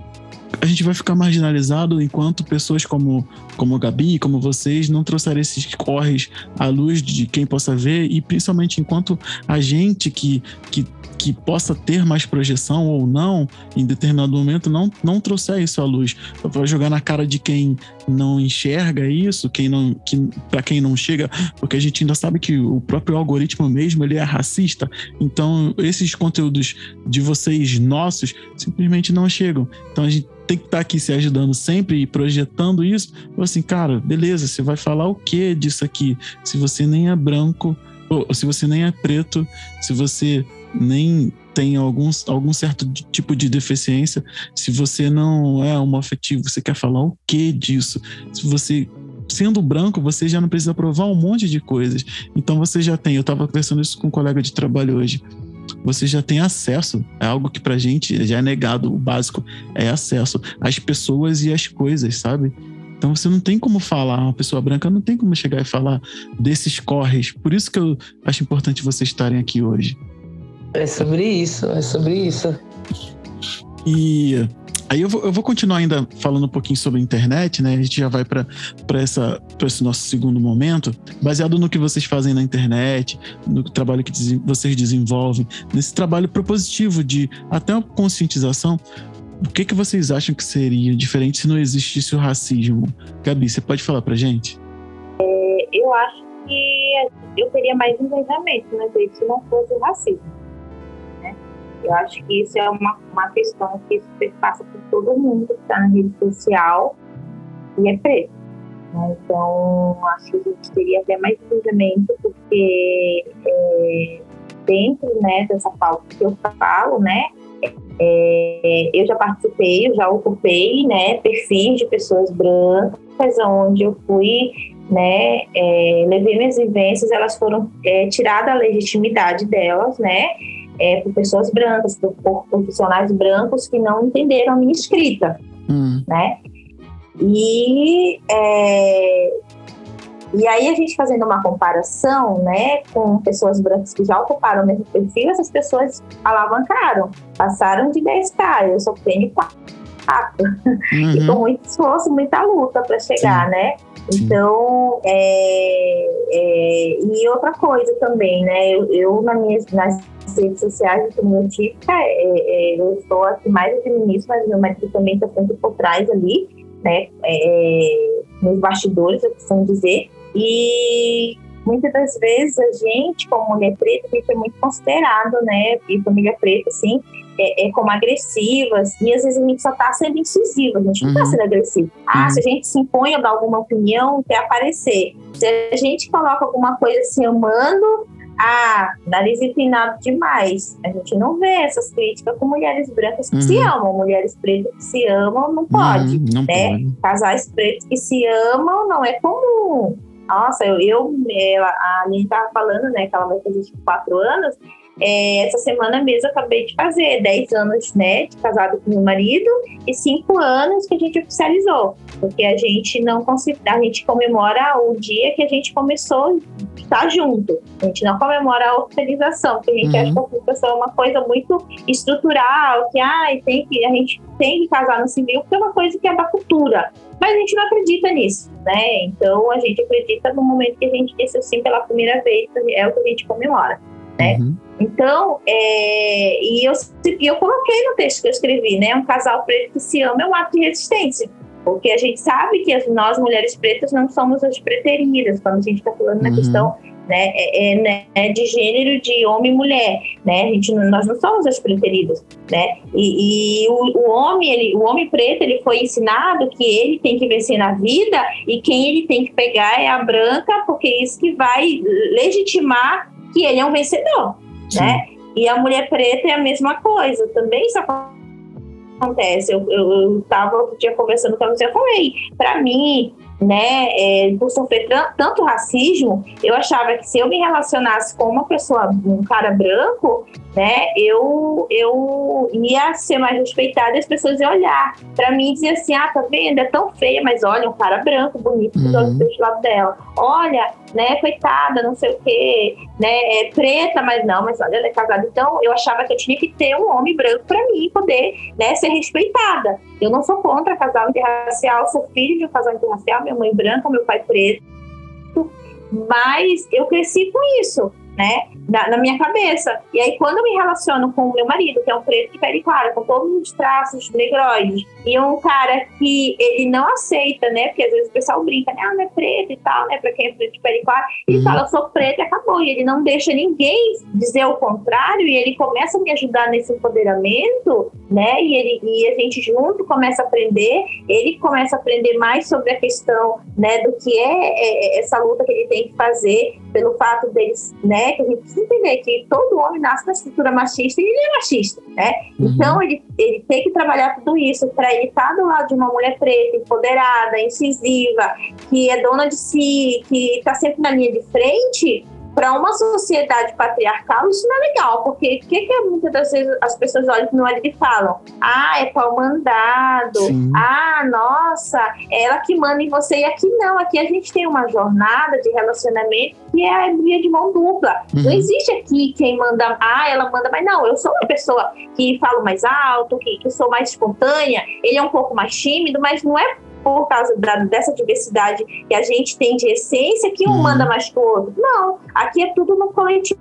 a gente vai ficar marginalizado enquanto pessoas como, como a Gabi, como vocês, não trouxerem esses corres à luz de quem possa ver, e principalmente enquanto a gente que, que que possa ter mais projeção ou não, em determinado momento, não, não trouxer isso à luz. Vai jogar na cara de quem não enxerga isso, quem não, que, para quem não chega, porque a gente ainda sabe que o próprio algoritmo mesmo, ele é racista. Então, esses conteúdos de vocês, nossos, simplesmente não chegam. Então, a gente tem que estar aqui se ajudando sempre e projetando isso. Assim, cara, beleza, você vai falar o que disso aqui? Se você nem é branco, ou se você nem é preto, se você nem tem algum, algum certo tipo de deficiência, se você não é homoafetivo, você quer falar o que disso? Se você, sendo branco, você já não precisa provar um monte de coisas. Então você já tem, eu estava conversando isso com um colega de trabalho hoje, você já tem acesso, é algo que pra gente já é negado, o básico é acesso às pessoas e às coisas, sabe? Então você não tem como falar, uma pessoa branca não tem como chegar e falar desses corres. Por isso que eu acho importante vocês estarem aqui hoje. É sobre isso, é sobre isso. E aí eu vou, eu vou continuar ainda falando um pouquinho sobre a internet, né? A gente já vai para essa para esse nosso segundo momento, baseado no que vocês fazem na internet, no trabalho que des- vocês desenvolvem, nesse trabalho propositivo de até uma conscientização. O que, que vocês acham que seria diferente se não existisse o racismo? Gabi, você pode falar pra gente? É, eu acho que eu teria mais engajamento, né, se não fosse o racismo. Né? Eu acho que isso é uma, uma questão que passa por todo mundo que está na rede social e é preto. Né? Então, acho que a gente teria até mais engajamento, porque é, dentro, né, dessa pauta que eu falo, né, É, eu já participei, eu já ocupei, né, perfis de pessoas brancas, onde eu fui, né, é, levei minhas vivências, elas foram é, tiradas a legitimidade delas, né, é, por pessoas brancas, por, por profissionais brancos que não entenderam a minha escrita, hum. né, e é, E aí a gente fazendo uma comparação, né, com pessoas brancas que já ocuparam o mesmo perfil, essas pessoas alavancaram, passaram de dez K, eu só tenho quatro. Uhum. E com muito esforço, muita luta para chegar, Sim. né? Sim. Então, é, é, e outra coisa também, né, eu, eu nas minhas nas redes sociais de comunidade típica, é, é, eu estou aqui mais aqui no início, mas meu marido também está sempre por trás ali, né, é, nos bastidores, eu costumo dizer. E muitas das vezes a gente, como mulher preta, a gente é muito considerado, né, e família preta, assim, é, é como agressivas, e às vezes a gente só está sendo incisiva, a gente não está uhum. sendo agressivo. Ah, uhum. se a gente se impõe a dar alguma opinião, quer aparecer. Se a gente coloca alguma coisa se amando, ah, nariz empinado demais. A gente não vê essas críticas com mulheres brancas que uhum. se amam, mulheres pretas que se amam, não pode, uhum, não né? Pode. Casais pretos que se amam não é comum. Nossa, eu, eu ela, a Aline estava falando, né, que ela vai fazer tipo, quatro anos. É, essa semana mesmo eu acabei de fazer dez anos, né, de casado com meu marido e cinco anos que a gente oficializou, porque a gente não considera, a gente comemora o dia que a gente começou a estar junto, a gente não comemora a oficialização, porque a gente uhum. acha que a oficialização é uma coisa muito estrutural, que ai, tem que, a gente tem que casar no civil, porque é uma coisa que é da cultura. Mas a gente não acredita nisso, né? Então a gente acredita no momento que a gente disse assim pela primeira vez, é o que a gente comemora, né? Uhum. Então, é, e eu, eu coloquei no texto que eu escrevi, né? Um casal preto que se ama é um ato de resistência. Porque a gente sabe que as, nós, mulheres pretas, não somos as preteridas, quando a gente está falando uhum. na questão né, é, é, né, de gênero de homem e mulher, né? A gente, nós não somos as preteridas, né? E, e o, o, homem, ele, o homem preto, ele foi ensinado que ele tem que vencer na vida e quem ele tem que pegar é a branca, porque é isso que vai legitimar que ele é um vencedor, Sim. né? E a mulher preta é a mesma coisa, também isso acontece. Eu, eu, eu tava outro dia conversando com você, eu falei, pra mim, né, é, por sofrer t- tanto racismo, eu achava que se eu me relacionasse com uma pessoa, um cara branco, né, eu, eu ia ser mais respeitada e as pessoas iam olhar pra mim e dizer assim, ah, tá vendo, é tão feia, mas olha, um cara branco, bonito, uhum. os olhos do lado dela, olha, né, coitada, não sei o quê, né, é preta, mas não, mas olha, ela é casada. Então, eu achava que eu tinha que ter um homem branco pra mim poder, né, ser respeitada. Eu não sou contra casal interracial, sou filho de um casal interracial, minha mãe branca, meu pai preto, mas eu cresci com isso. né? Na, na minha cabeça. E aí, quando eu me relaciono com o meu marido, que é um preto de pele clara, com todos os traços negroides, e um cara que ele não aceita, né? Porque às vezes o pessoal brinca, né? Ah, não é preto e tal, né? Pra quem é preto de pele clara. Ele uhum. fala, eu sou preto e acabou. E ele não deixa ninguém dizer o contrário, e ele começa a me ajudar nesse empoderamento, né? E, ele, e a gente junto começa a aprender, ele começa a aprender mais sobre a questão, né? Do que é, é essa luta que ele tem que fazer, pelo fato deles, né? Que a gente precisa entender que todo homem nasce na estrutura machista e ele é machista, né? Uhum. Então, ele, ele tem que trabalhar tudo isso para ele estar do lado de uma mulher preta, empoderada, incisiva, que é dona de si, que está sempre na linha de frente. Para uma sociedade patriarcal, isso não é legal, porque o que, que muitas das vezes as pessoas olham no marido e falam? Ah, é pau mandado. Sim. Ah, nossa, ela que manda em você. E aqui não, aqui a gente tem uma jornada de relacionamento que é a via de mão dupla. Uhum. Não existe aqui quem manda, ah, ela manda, mas não, eu sou uma pessoa que falo mais alto, que, que sou mais espontânea, ele é um pouco mais tímido, mas não é por causa da, dessa diversidade que a gente tem de essência, que um uhum. manda mais que o outro. Não, aqui é tudo no coletivo.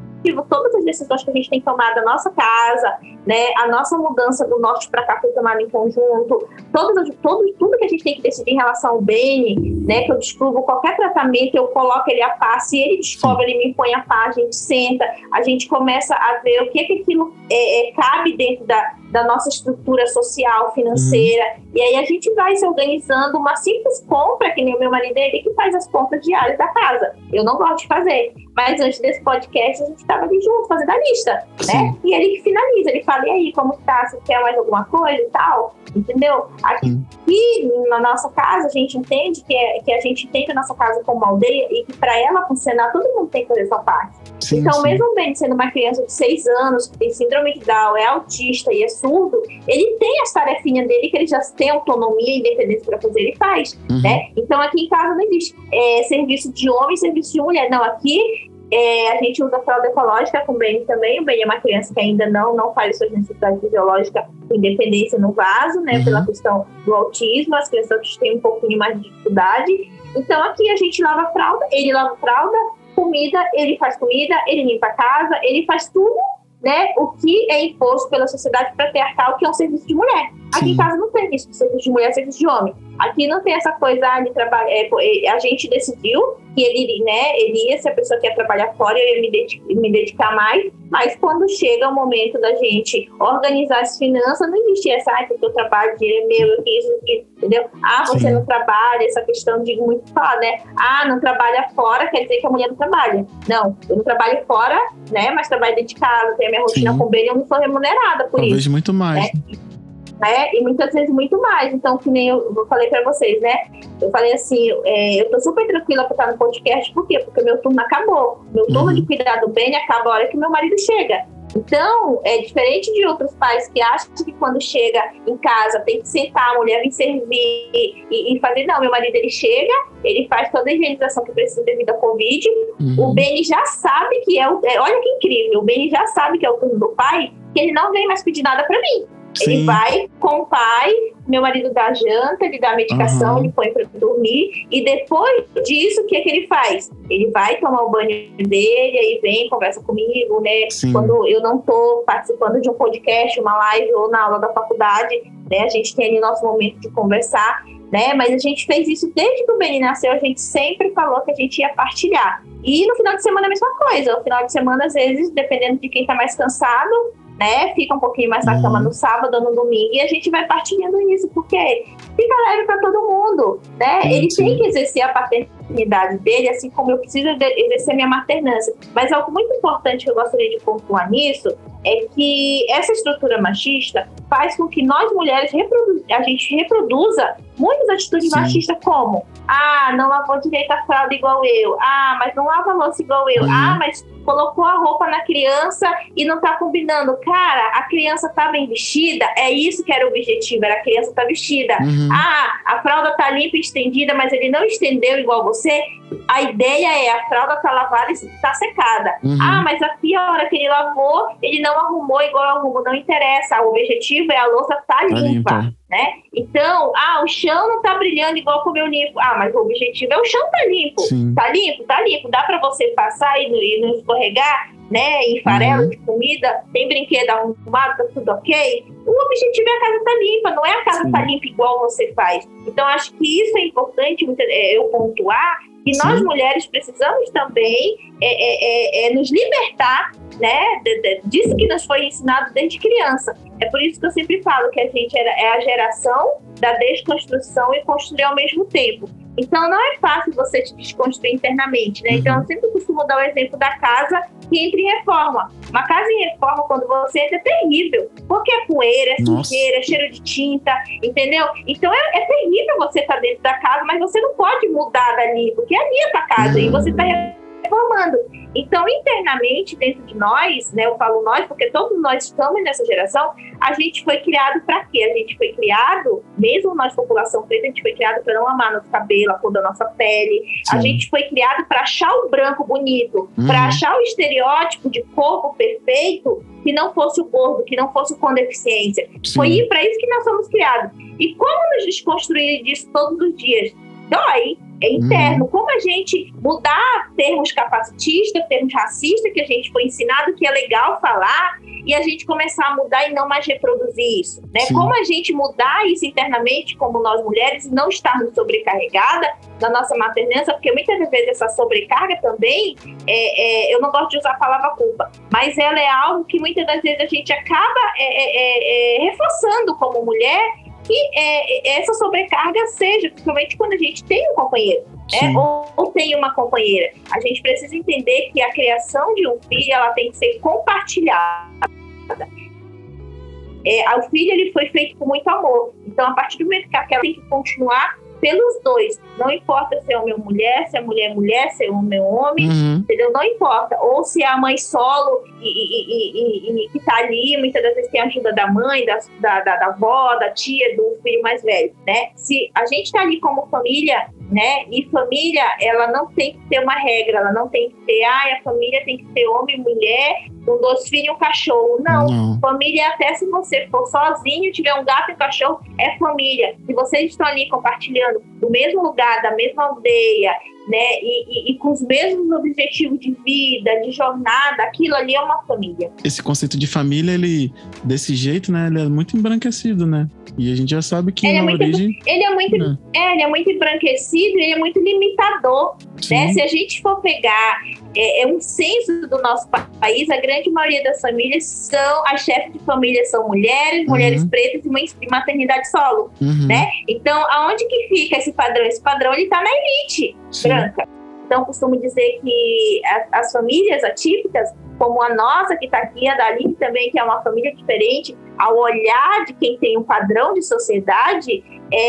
Todas as decisões que a gente tem tomado da nossa casa, né, a nossa mudança do norte para cá foi tomada em conjunto, todas, todos, tudo que a gente tem que decidir em relação ao Beni, né, que eu descubro qualquer tratamento, eu coloco ele a par, se ele descobre, ele me põe a par, a gente senta, a gente começa a ver o que, que aquilo é, é, cabe dentro da, da nossa estrutura social, financeira, uhum. e aí a gente vai se organizando. Uma simples compra, que nem o meu marido, ele que faz as compras diárias da casa. Eu não gosto de fazer, mas antes desse podcast a gente estava ali junto, fazendo a lista, Sim. né? E ele que finaliza, ele fala, e aí, como tá? Você quer mais alguma coisa e tal? Entendeu? Aqui Sim. na nossa casa, a gente entende que, é, que a gente entende a nossa casa como uma aldeia e que para ela funcionar, todo mundo tem que fazer sua parte. Sim, então, sim. mesmo o Ben sendo uma criança de seis anos, que tem síndrome de Down, é autista e é surdo, ele tem as tarefinhas dele, que ele já tem autonomia e independência para fazer, ele faz, uhum. né? Então, aqui em casa não existe é, serviço de homem e serviço de mulher. Não, aqui é, a gente usa fralda ecológica com o Ben também. O Ben é uma criança que ainda não, não faz suas necessidades fisiológicas com independência no vaso, né? Uhum. Pela questão do autismo, as crianças têm um pouquinho mais de dificuldade. Então, aqui a gente lava fralda, ele lava fralda, comida, ele faz comida, ele limpa a casa, ele faz tudo, né, o que é imposto pela sociedade patriarcal, que é um serviço de mulher. Aqui Sim. em casa não tem isso, serviço de mulher, serviço de homem. Aqui não tem essa coisa de trabalhar. É, a gente decidiu que ele, né, ele ia, se a pessoa quer trabalhar fora, eu ia me dedicar, me dedicar mais, mas quando chega o momento da gente organizar as finanças, não existe essa, ah, porque eu trabalho, dinheiro é meu, eu quis, eu quis, entendeu? Ah, você Sim. não trabalha, essa questão de muito falar, né? Ah, não trabalha fora, quer dizer que a mulher não trabalha. Não, eu não trabalho fora, né, mas trabalho dentro de casa, tenho a minha rotina Sim. com ele, eu não sou remunerada por Talvez isso. Talvez muito mais. Né? É, e muitas vezes muito mais. Então, que nem eu, eu falei pra vocês, né? Eu falei assim, é, eu tô super tranquila pra estar no podcast, por quê? Porque meu turno acabou. Meu turno uhum. de cuidar do bem acaba a hora que meu marido chega. Então, é diferente de outros pais que acham que quando chega em casa tem que sentar, a mulher vem servir e, e fazer. Não, meu marido, ele chega, ele faz toda a higienização que precisa devido à Covid. Uhum. O Beni já sabe que é o... É, olha que incrível, o Beni já sabe que é o turno do pai, que ele não vem mais pedir nada pra mim. Sim. Ele vai com o pai, meu marido dá janta, ele dá medicação, uhum. ele põe pra dormir, e depois disso, o que é que ele faz? Ele vai tomar o banho dele, aí vem, conversa comigo, né? Sim. Quando eu não tô participando de um podcast, uma live ou na aula da faculdade, né? A gente tem ali nosso momento de conversar, né? Mas a gente fez isso desde que o Beni nasceu, a gente sempre falou que a gente ia partilhar. E no final de semana a mesma coisa. No final de semana, às vezes, dependendo de quem tá mais cansado, né, fica um pouquinho mais na cama no sábado ou no domingo, e a gente vai partilhando isso, porque fica leve para todo mundo, né? Sim, ele sim. tem que exercer a paternidade dele, assim como eu preciso exercer minha maternância. Mas algo muito importante que eu gostaria de pontuar nisso é que essa estrutura machista faz com que nós mulheres reprodu- a gente reproduza muitas atitudes sim. machistas, como ah, não lavou direito a fralda igual eu, ah, mas não lava a louça igual eu, uhum. ah, mas colocou a roupa na criança e não tá combinando. Cara, a criança tá bem vestida, é isso que era o objetivo, era a criança tá vestida. Uhum. Ah, a fralda tá limpa e estendida, mas ele não estendeu igual você, a ideia é a fralda tá lavada e tá secada. Uhum. Ah, mas a pia, a hora que ele lavou, ele não arrumou igual eu arrumo, não interessa. O objetivo é a louça tá limpa, limpa. né? Então, ah, o chão não tá brilhando igual como eu limpo. Ah, mas o objetivo é o chão tá limpo. Sim. Tá limpo? Tá limpo. Dá pra você passar e não, e não escorregar, né? Em farelo Uhum. de comida, tem brinquedo arrumado, tá tudo ok? O objetivo é a casa tá limpa, não é a casa Sim. tá limpa igual você faz. Então, acho que isso é importante eu pontuar, que Sim. nós mulheres precisamos também é, é, é, é nos libertar, né, de, de, disso que nos foi ensinado desde criança. É por isso que eu sempre falo que a gente é, é a geração da desconstrução e construir ao mesmo tempo. Então não é fácil você te desconstruir internamente, né? Uhum. Então eu sempre costumo dar o exemplo da casa que entra em reforma. Uma casa em reforma, quando você entra, é terrível, porque é poeira, é Nossa. sujeira, é cheiro de tinta, entendeu? Então é, é terrível você estar dentro da casa, mas você não pode mudar dali, porque ali é a tua casa Uhum. e você está reformando. Então, internamente, dentro de nós, né, eu falo nós, porque todos nós estamos nessa geração, a gente foi criado para quê? A gente foi criado, mesmo nós, população preta, a gente foi criado para não amar nosso cabelo, a cor da nossa pele. Sim. A gente foi criado para achar o branco bonito, Uhum. para achar o estereótipo de corpo perfeito, que não fosse o gordo, que não fosse o com deficiência. Sim. Foi para isso que nós somos criados. E como nos desconstruir disso todos os dias? Dói. É interno. Uhum. Como a gente mudar termos capacitistas, termos racistas, que a gente foi ensinado que é legal falar, e a gente começar a mudar e não mais reproduzir isso, né? Sim. Como a gente mudar isso internamente, como nós mulheres, e não estarmos sobrecarregadas na nossa maternidade, porque muitas vezes essa sobrecarga também, é, é, eu não gosto de usar a palavra culpa, mas ela é algo que muitas das vezes a gente acaba é, é, é, reforçando como mulher, que é, essa sobrecarga seja, principalmente quando a gente tem um companheiro, né? ou, ou tem uma companheira. A gente precisa entender que a criação de um filho, ela tem que ser compartilhada. É, o filho, ele foi feito com muito amor. Então, a partir do momento que ela tem que continuar pelos dois. Não importa se é homem ou mulher, se é mulher é mulher, se é homem ou homem, Uhum. entendeu? Não importa. Ou se é a mãe solo e, e, e, e que tá ali, muitas das vezes tem a ajuda da mãe, da, da, da, da avó, da tia, do filho mais velho, né? Se a gente tá ali como família, né? E família, ela não tem que ter uma regra, ela não tem que ter, ah, a família tem que ter homem e mulher, com dois filhos e um cachorro. Não. Não. Família, até se você for sozinho, tiver um gato e um cachorro, é família. Se vocês estão ali compartilhando do mesmo lugar, da mesma aldeia, né, e, e, e com os mesmos objetivos de vida, de jornada, aquilo ali é uma família. Esse conceito de família, ele, desse jeito, né, ele é muito embranquecido, né? E a gente já sabe que Ele é na muito- origem... Ele é muito, né? é, ele é muito embranquecido, ele é muito limitador. Né? Sim. Se a gente for pegar é, é um censo do nosso pa- país, a grande maioria das famílias são, as chefes de família são mulheres, Uhum. mulheres pretas e mães de maternidade solo, Uhum. né? Então, aonde que fica esse padrão? Esse padrão, ele tá na elite Sim. branca. Então, costumo dizer que a- as famílias atípicas, como a nossa que está aqui, a da Aline também, que é uma família diferente, ao olhar de quem tem um padrão de sociedade,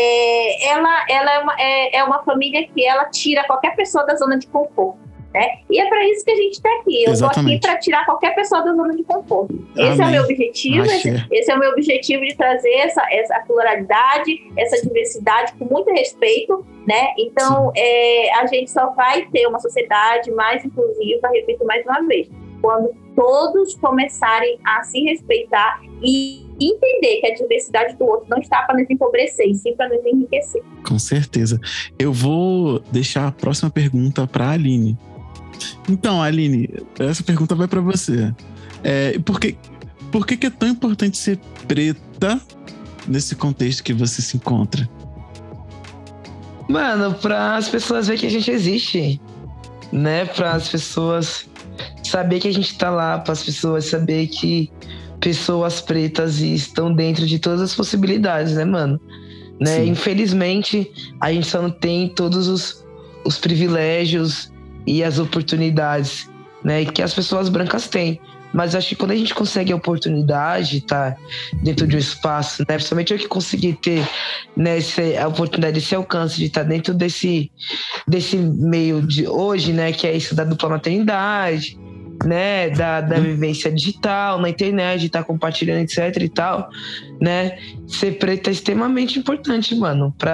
é, ela, ela é, uma, é, é uma família que ela tira qualquer pessoa da zona de conforto. Né? E é para isso que a gente está aqui. Eu estou aqui Exatamente. para tirar qualquer pessoa da zona de conforto. Esse é o Amém. meu objetivo, esse, Axé. esse é o meu objetivo de trazer essa, essa pluralidade, essa diversidade com muito respeito, né? Então, é, a gente só vai ter uma sociedade mais inclusiva, repito mais uma vez, quando todos começarem a se respeitar e entender que a diversidade do outro não está para nos empobrecer, e sim para nos enriquecer. Com certeza. Eu vou deixar a próxima pergunta para a Aline. Então, Aline, essa pergunta vai para você. É, por que, por que que é tão importante ser preta nesse contexto que você se encontra? Mano, para as pessoas verem que a gente existe, né? Para as pessoas saber que a gente tá lá, para as pessoas saber que pessoas pretas estão dentro de todas as possibilidades, né, mano? Né? Sim. Infelizmente, a gente só não tem todos os, os privilégios e as oportunidades, né, que as pessoas brancas têm. Mas acho que quando a gente consegue a oportunidade de estar dentro de um espaço, né, principalmente eu que consegui ter, né, esse, a oportunidade, esse alcance de estar dentro desse, desse meio de hoje, né, que é isso da dupla maternidade, né, da, da vivência digital, na internet, de estar compartilhando, etc e tal, né, ser preta é extremamente importante, mano, pra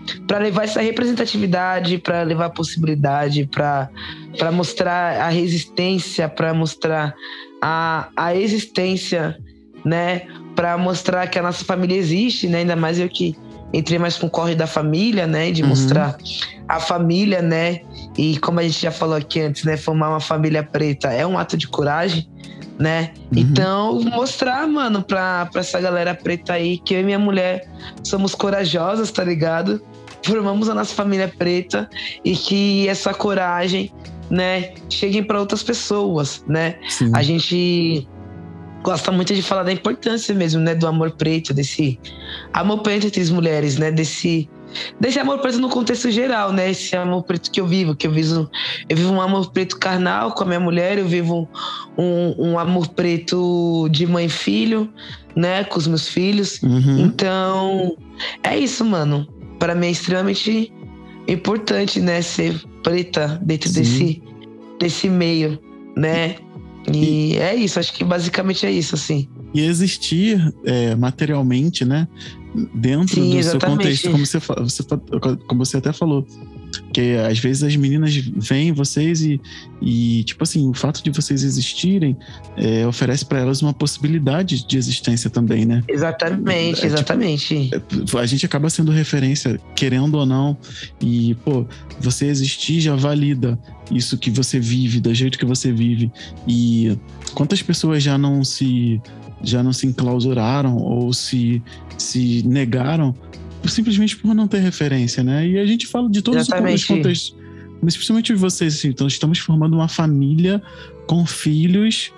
para levar essa representatividade, para levar a possibilidade, para para mostrar a resistência, para mostrar a, a existência, né? Para mostrar que a nossa família existe, né? Ainda mais eu que entrei mais com o corre da família, né? De uhum. mostrar a família, né? E como a gente já falou aqui antes, né? Formar uma família preta é um ato de coragem, né? Uhum. Então, mostrar, mano, pra, pra essa galera preta aí que eu e minha mulher somos corajosas, tá ligado? Formamos a nossa família preta e que essa coragem, né? Chegue pra outras pessoas, né? Sim. A gente gosta muito de falar da importância mesmo, né? Do amor preto, desse amor preto entre as mulheres, né? Desse, desse amor preto no contexto geral, né? Esse amor preto que eu vivo, que eu vivo, eu vivo um amor preto carnal com a minha mulher, eu vivo um, um amor preto de mãe e filho, né? Com os meus filhos. Uhum. Então, é isso, mano. Para mim é extremamente importante, né? Ser preta dentro desse, desse meio, né? E, e é isso, acho que basicamente é isso, assim. E existir é, materialmente, né? Dentro Sim, do exatamente. seu contexto, como você, você, como você até falou. Porque às vezes as meninas veem vocês e, e tipo assim, o fato de vocês existirem é, oferece para elas uma possibilidade de existência também, né? Exatamente, é, exatamente. Tipo, a gente acaba sendo referência, querendo ou não, e, pô, você existir já valida isso que você vive, do jeito que você vive. E quantas pessoas já não se, já não se enclausuraram ou se, se negaram simplesmente por não ter referência, né? E a gente fala de todos Exatamente. os contextos, mas principalmente vocês, assim, então estamos formando uma família com filhos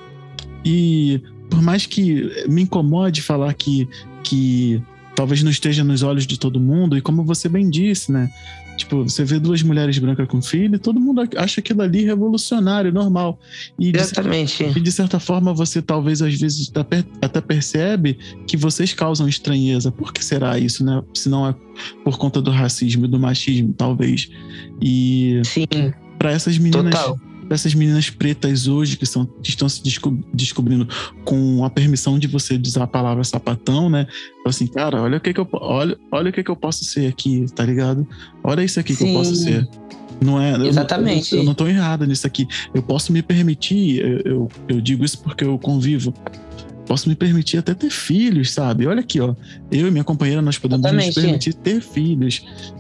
e por mais que me incomode falar que, que talvez não esteja nos olhos de todo mundo, e como você bem disse, né? Tipo, você vê duas mulheres brancas com filho e todo mundo acha aquilo ali revolucionário, normal. E de, Exatamente. E de certa forma você talvez às vezes até percebe que vocês causam estranheza. Por que será isso, né? Se não é por conta do racismo e do machismo, talvez. E Sim. Para essas meninas... Total. Para essas meninas pretas hoje que, são, que estão se desco- descobrindo com a permissão de você usar a palavra sapatão, né? Assim, cara, olha o que que eu, olha, olha o que que eu posso ser aqui, tá ligado? Olha isso aqui Sim. que eu posso ser. Não é, Exatamente. Eu, eu não tô errado nisso aqui. Eu posso me permitir, eu, eu, eu digo isso porque eu convivo, posso me permitir até ter filhos, sabe? Olha aqui, ó. Eu e minha companheira, nós podemos Exatamente. nos permitir ter filhos.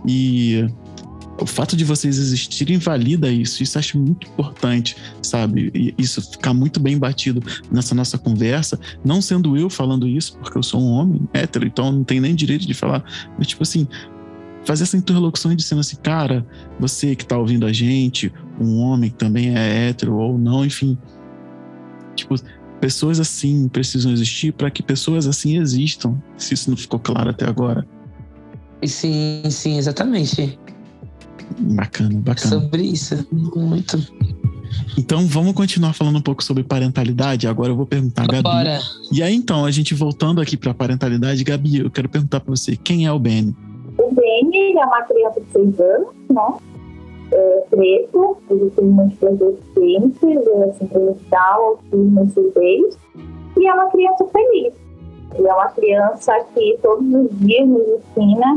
E o fato de vocês existirem valida isso. Isso eu acho muito importante, sabe? E isso ficar muito bem batido nessa nossa conversa. Não sendo eu falando isso, porque eu sou um homem hétero, então não tenho nem direito de falar. Mas, tipo assim, fazer essa interlocução e dizendo assim, cara, você que tá ouvindo a gente, um homem que também é hétero ou não, enfim. Tipo, pessoas assim precisam existir para que pessoas assim existam. Se isso não ficou claro até agora. Sim, sim, exatamente. Bacana, bacana. Sobre isso, muito. Então vamos continuar falando um pouco sobre parentalidade. Agora eu vou perguntar a Gabi. Bora. E aí então, a gente voltando aqui para parentalidade, Gabi, eu quero perguntar para você, quem é o Benny? O Benny é uma criança de seis anos, né? É preto, ele tem múltiplas deficiências, é síndrome de Down, autismo e surdez, e é uma criança feliz. Ele é uma criança que todos os dias nos ensina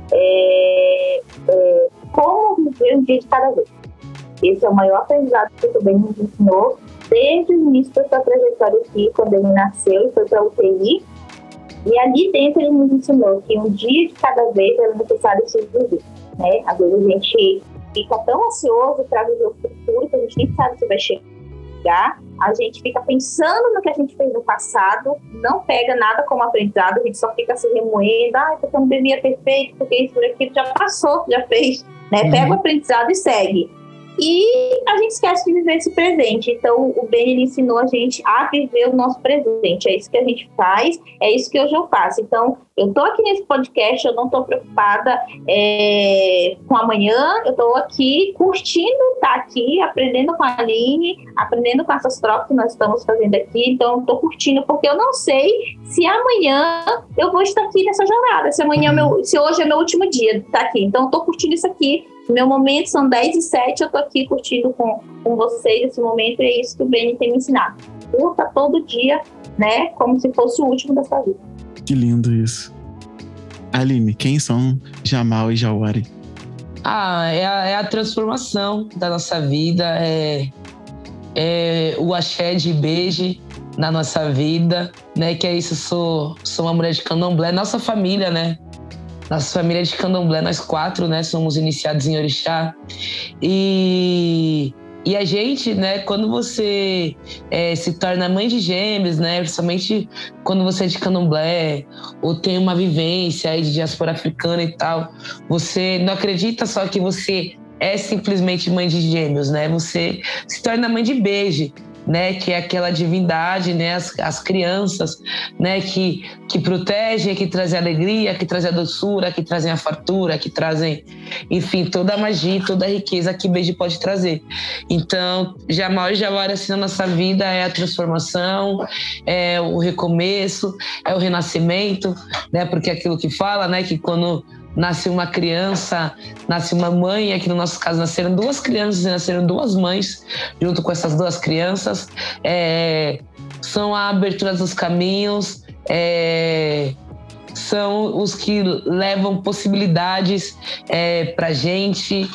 é, é, como viver um dia de cada vez. Esse é o maior aprendizado que o Benny nos ensinou desde o início da sua trajetória aqui, quando ele nasceu e foi para a U T I. E ali dentro ele nos ensinou que um dia de cada vez era necessário se viver, né? Às vezes a gente fica tão ansioso para viver o futuro que a gente nem sabe se vai chegar. A gente fica pensando no que a gente fez no passado, não pega nada como aprendizado, a gente só fica se remoendo, ah, porque eu não devia ter feito, porque isso, por aquilo, já passou, já fez, né? Uhum. Pega o aprendizado e segue. E a gente esquece de viver esse presente. Então o Benny ensinou a gente a viver o nosso presente. É isso que a gente faz, é isso que hoje eu faço. Então eu tô aqui nesse podcast, eu não tô preocupada é, com amanhã, eu tô aqui curtindo estar aqui, aprendendo com a Aline, aprendendo com essas trocas que nós estamos fazendo aqui. Então eu tô curtindo, porque eu não sei se amanhã eu vou estar aqui nessa jornada, se amanhã, uhum. meu, se hoje é meu último dia de estar aqui. Então eu tô curtindo isso aqui. Meu momento são dez e sete, eu tô aqui curtindo com, com vocês esse momento, e é isso que o Benny tem me ensinado. Curta todo dia, né, como se fosse o último da sua vida. Que lindo isso. Aline, quem são Jamal e Jawari? Ah, é a, é a transformação da nossa vida, é, é o axé de beijo na nossa vida, né? Que é isso, sou, sou uma mulher de candomblé, nossa família, né? Nossa família de candomblé, nós quatro, né? Somos iniciados em orixá. E... E a gente, né, quando você é, se torna mãe de gêmeos, né, principalmente quando você é de candomblé ou tem uma vivência aí de diáspora africana e tal, você não acredita só que você é simplesmente mãe de gêmeos, né? Você se torna mãe de beijo, né, que é aquela divindade, né, as, as crianças, né, que, que protegem, que trazem alegria, que trazem a doçura, que trazem a fartura, que trazem, enfim, toda a magia, toda a riqueza que beijo pode trazer. Então, Jamal e Jawari, assim, na nossa vida é a transformação, é o recomeço, é o renascimento, né, porque é aquilo que fala, né, que quando nasce uma criança, nasce uma mãe, aqui no nosso caso nasceram duas crianças e nasceram duas mães, junto com essas duas crianças, é, são a abertura dos caminhos, é, são os que levam possibilidades é, pra gente,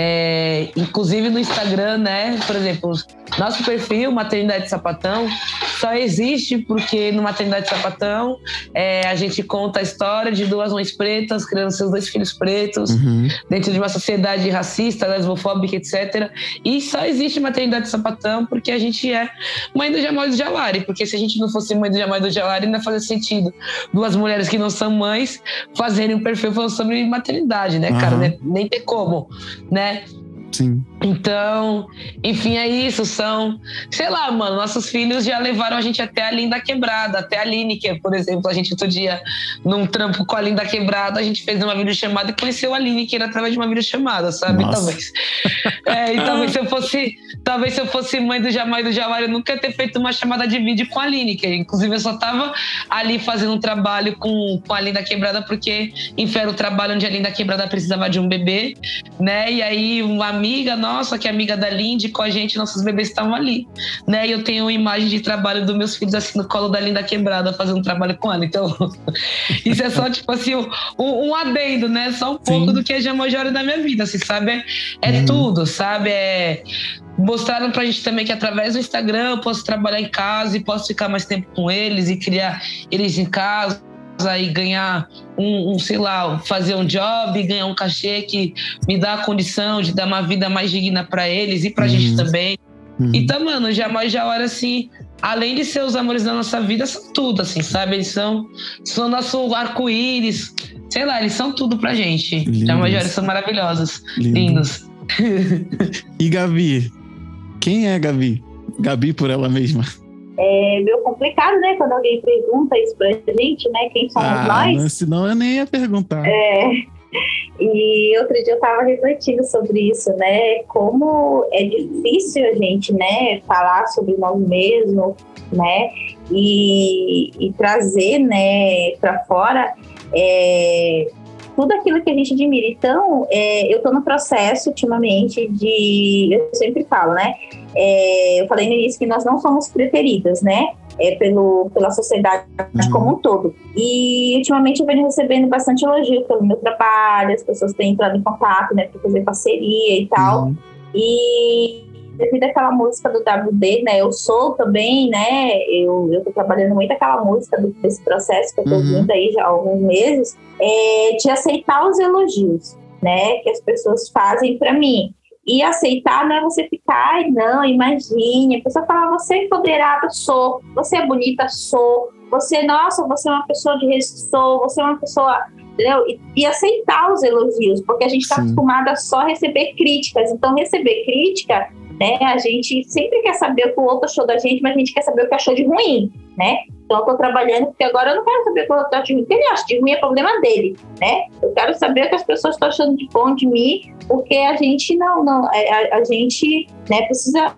é, inclusive no Instagram, né, por exemplo, nosso perfil Maternidade Sapatão só existe porque no Maternidade Sapatão é, a gente conta a história de duas mães pretas criando seus dois filhos pretos, uhum, dentro de uma sociedade racista, lesbofóbica, etcétera. E só existe Maternidade Sapatão porque a gente é mãe do Jamal e do Jawari, porque se a gente não fosse mãe do Jamal e do Jawari, não fazia sentido duas mulheres que não são mães fazerem um perfil falando sobre maternidade, né, uhum, cara? Nem, nem tem como, né? Sim. Então, enfim, é isso, são, sei lá, mano, nossos filhos já levaram a gente até a Linda Quebrada, até a Lineker, por exemplo, a gente outro dia, num trampo com a Linda Quebrada, a gente fez uma videochamada e conheceu a Lineker através de uma videochamada, sabe? Nossa. Talvez. É, e talvez se eu fosse, talvez se eu fosse mãe do Jamal e do Jawari, eu nunca ia ter feito uma chamada de vídeo com a Lineker, inclusive eu só tava ali fazendo um trabalho com, com a Linda Quebrada, porque, enfim, era o trabalho onde a Linda Quebrada precisava de um bebê, né, e aí uma amiga nossa, que é amiga da Lindy, com a gente, nossos bebês estavam ali, né? E eu tenho uma imagem de trabalho dos meus filhos assim no colo da Linda Quebrada, fazendo um trabalho com ela. Então, isso é só tipo assim, um, um adendo, né? Só um pouco, sim, do que é Jamal e Jawari da minha vida, assim, sabe? É, é uhum, tudo, sabe? É... Mostraram pra gente também que através do Instagram eu posso trabalhar em casa e posso ficar mais tempo com eles e criar eles em casa e ganhar um, um, sei lá, fazer um job, ganhar um cachê que me dá a condição de dar uma vida mais digna pra eles e pra uhum, gente também. Uhum. Então, mano, Jamal e Jawari, assim, além de ser os amores da nossa vida, são tudo, assim, sabe? Eles são, são nosso arco-íris, sei lá, eles são tudo pra gente. Lindos. Jamal e Jawari são maravilhosos, lindos. lindos. E Gabi? Quem é Gabi? Gabi por ela mesma. É meio complicado, né? Quando alguém pergunta isso pra gente, né? Quem somos ah, nós? Não, senão eu nem ia perguntar. É. E outro dia eu tava refletindo sobre isso, né? Como é difícil a gente, né? Falar sobre nós mesmos, né? E, e trazer, né? Pra fora é, tudo aquilo que a gente admira. Então, é, eu tô no processo, ultimamente, de... Eu sempre falo, né? É, eu falei no início que nós não somos preferidas, né? É, pelo, pela sociedade uhum, como um todo. E ultimamente eu venho recebendo bastante elogio pelo meu trabalho, as pessoas têm entrado em contato, né, para fazer parceria e tal. Uhum. E devido àquela música do W D, né, eu sou também, né, eu, eu tô trabalhando muito aquela música do, desse processo que eu tô uhum, vindo aí já há alguns meses, é, de aceitar os elogios, né, que as pessoas fazem para mim. E aceitar não é você ficar, ai, não, imagine. A pessoa fala, você é empoderada, sou. Você é bonita, sou. Você, nossa, você é uma pessoa de respeito, sou. Você é uma pessoa, entendeu? E, e aceitar os elogios, porque a gente está acostumada a só receber críticas. Então, receber crítica, né, a gente sempre quer saber o que o outro achou da gente, mas a gente quer saber o que achou de ruim, né? Então, eu tô trabalhando, porque agora eu não quero saber o que o outro acha de ruim. O que ele acha de ruim é problema dele, né? Eu quero saber o que as pessoas estão achando de bom de mim, porque a gente não, não a, a gente, né, precisa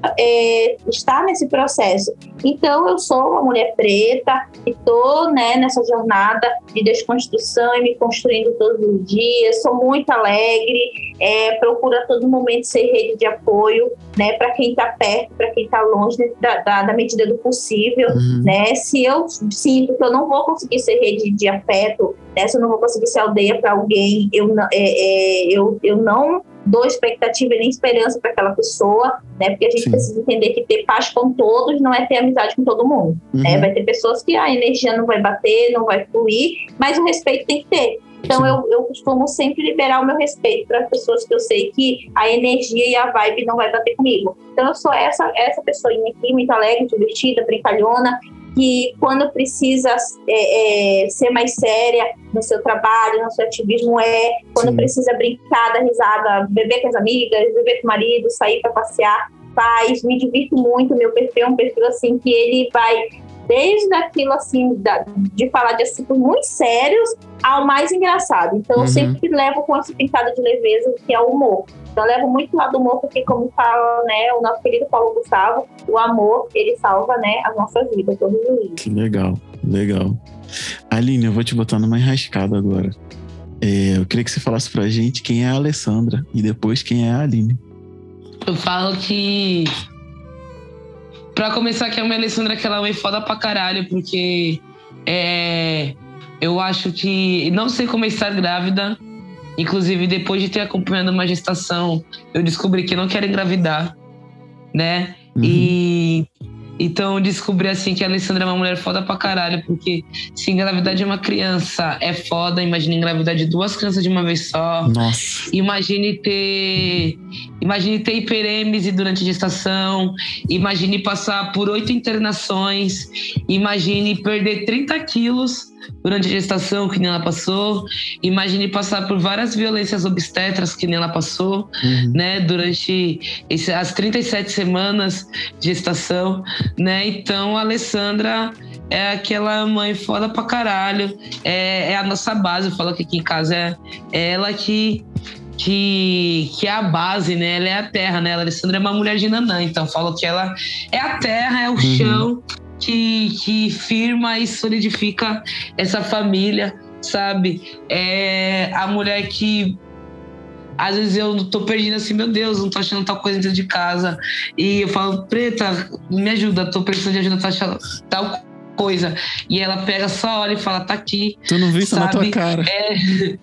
é, estar nesse processo. Então, eu sou uma mulher preta e estou, né, nessa jornada de desconstrução e me construindo todos os dias. Sou muito alegre, é, procuro a todo momento ser rede de apoio, né, para quem está perto, para quem está longe, da, da, da medida do possível. Uhum. Né? Se eu sinto que eu não vou conseguir ser rede de afeto, né, se eu não vou conseguir ser aldeia para alguém, eu não, é, é, eu, eu não dou expectativa e nem esperança para aquela pessoa, né? Porque a gente Sim. precisa entender que ter paz com todos não é ter amizade com todo mundo. Uhum. Né? Vai ter pessoas que a energia não vai bater, não vai fluir, mas o respeito tem que ter. Então eu, eu costumo sempre liberar o meu respeito para as pessoas que eu sei que a energia e a vibe não vai bater comigo. Então eu sou essa, essa pessoinha aqui, muito alegre, divertida, brincalhona, que quando precisa é, é, ser mais séria no seu trabalho, no seu ativismo é, quando Sim. precisa brincar, dar risada, beber com as amigas, beber com o marido, sair para passear, faz, me divirto muito. Meu perfil é um perfil assim que ele vai desde aquilo assim, da, de falar de assuntos muito sérios ao mais engraçado. Então uhum. eu sempre levo com esse pintado de leveza, que é o humor. Então, eu levo muito lá do amor, porque, como fala, né, o nosso querido Paulo Gustavo, o amor, ele salva, né, as nossas vidas todos os dias. Que legal, legal. Aline, eu vou te botar numa enrascada agora. É, eu queria que você falasse pra gente quem é a Alessandra e depois quem é a Aline. Eu falo que... Pra começar, que é uma Alessandra que ela é uma foda pra caralho, porque é, eu acho que... Não sei como é estar grávida. Inclusive, depois de ter acompanhado uma gestação, eu descobri que eu não quero engravidar, né? Uhum. E então eu descobri assim que a Alessandra é uma mulher foda pra caralho, porque se engravidar de uma criança é foda, imagine engravidar de duas crianças de uma vez só. Nossa. Imagine ter, imagine ter hiperêmese durante a gestação, imagine passar por oito internações, imagine perder trinta quilos durante a gestação, que nem ela passou. Imagine passar por várias violências obstetras, que nem ela passou, uhum. né? Durante esse, as trinta e sete semanas de gestação, né? Então, a Alessandra é aquela mãe foda pra caralho. É, é a nossa base. Eu falo que aqui em casa é, é ela que... Que, que é a base, né? Ela é a terra, né? A Alessandra é uma mulher de Nanã. Então, eu falo que ela é a terra, é o uhum. chão que, que firma e solidifica essa família, sabe? É a mulher que às vezes eu tô perdendo assim, meu Deus, não tô achando tal coisa dentro de casa. E eu falo, Preta, me ajuda, tô precisando de ajuda, tô achando tal coisa. E ela pega, só olha e fala, tá aqui. Tu não viu isso na tua cara. É,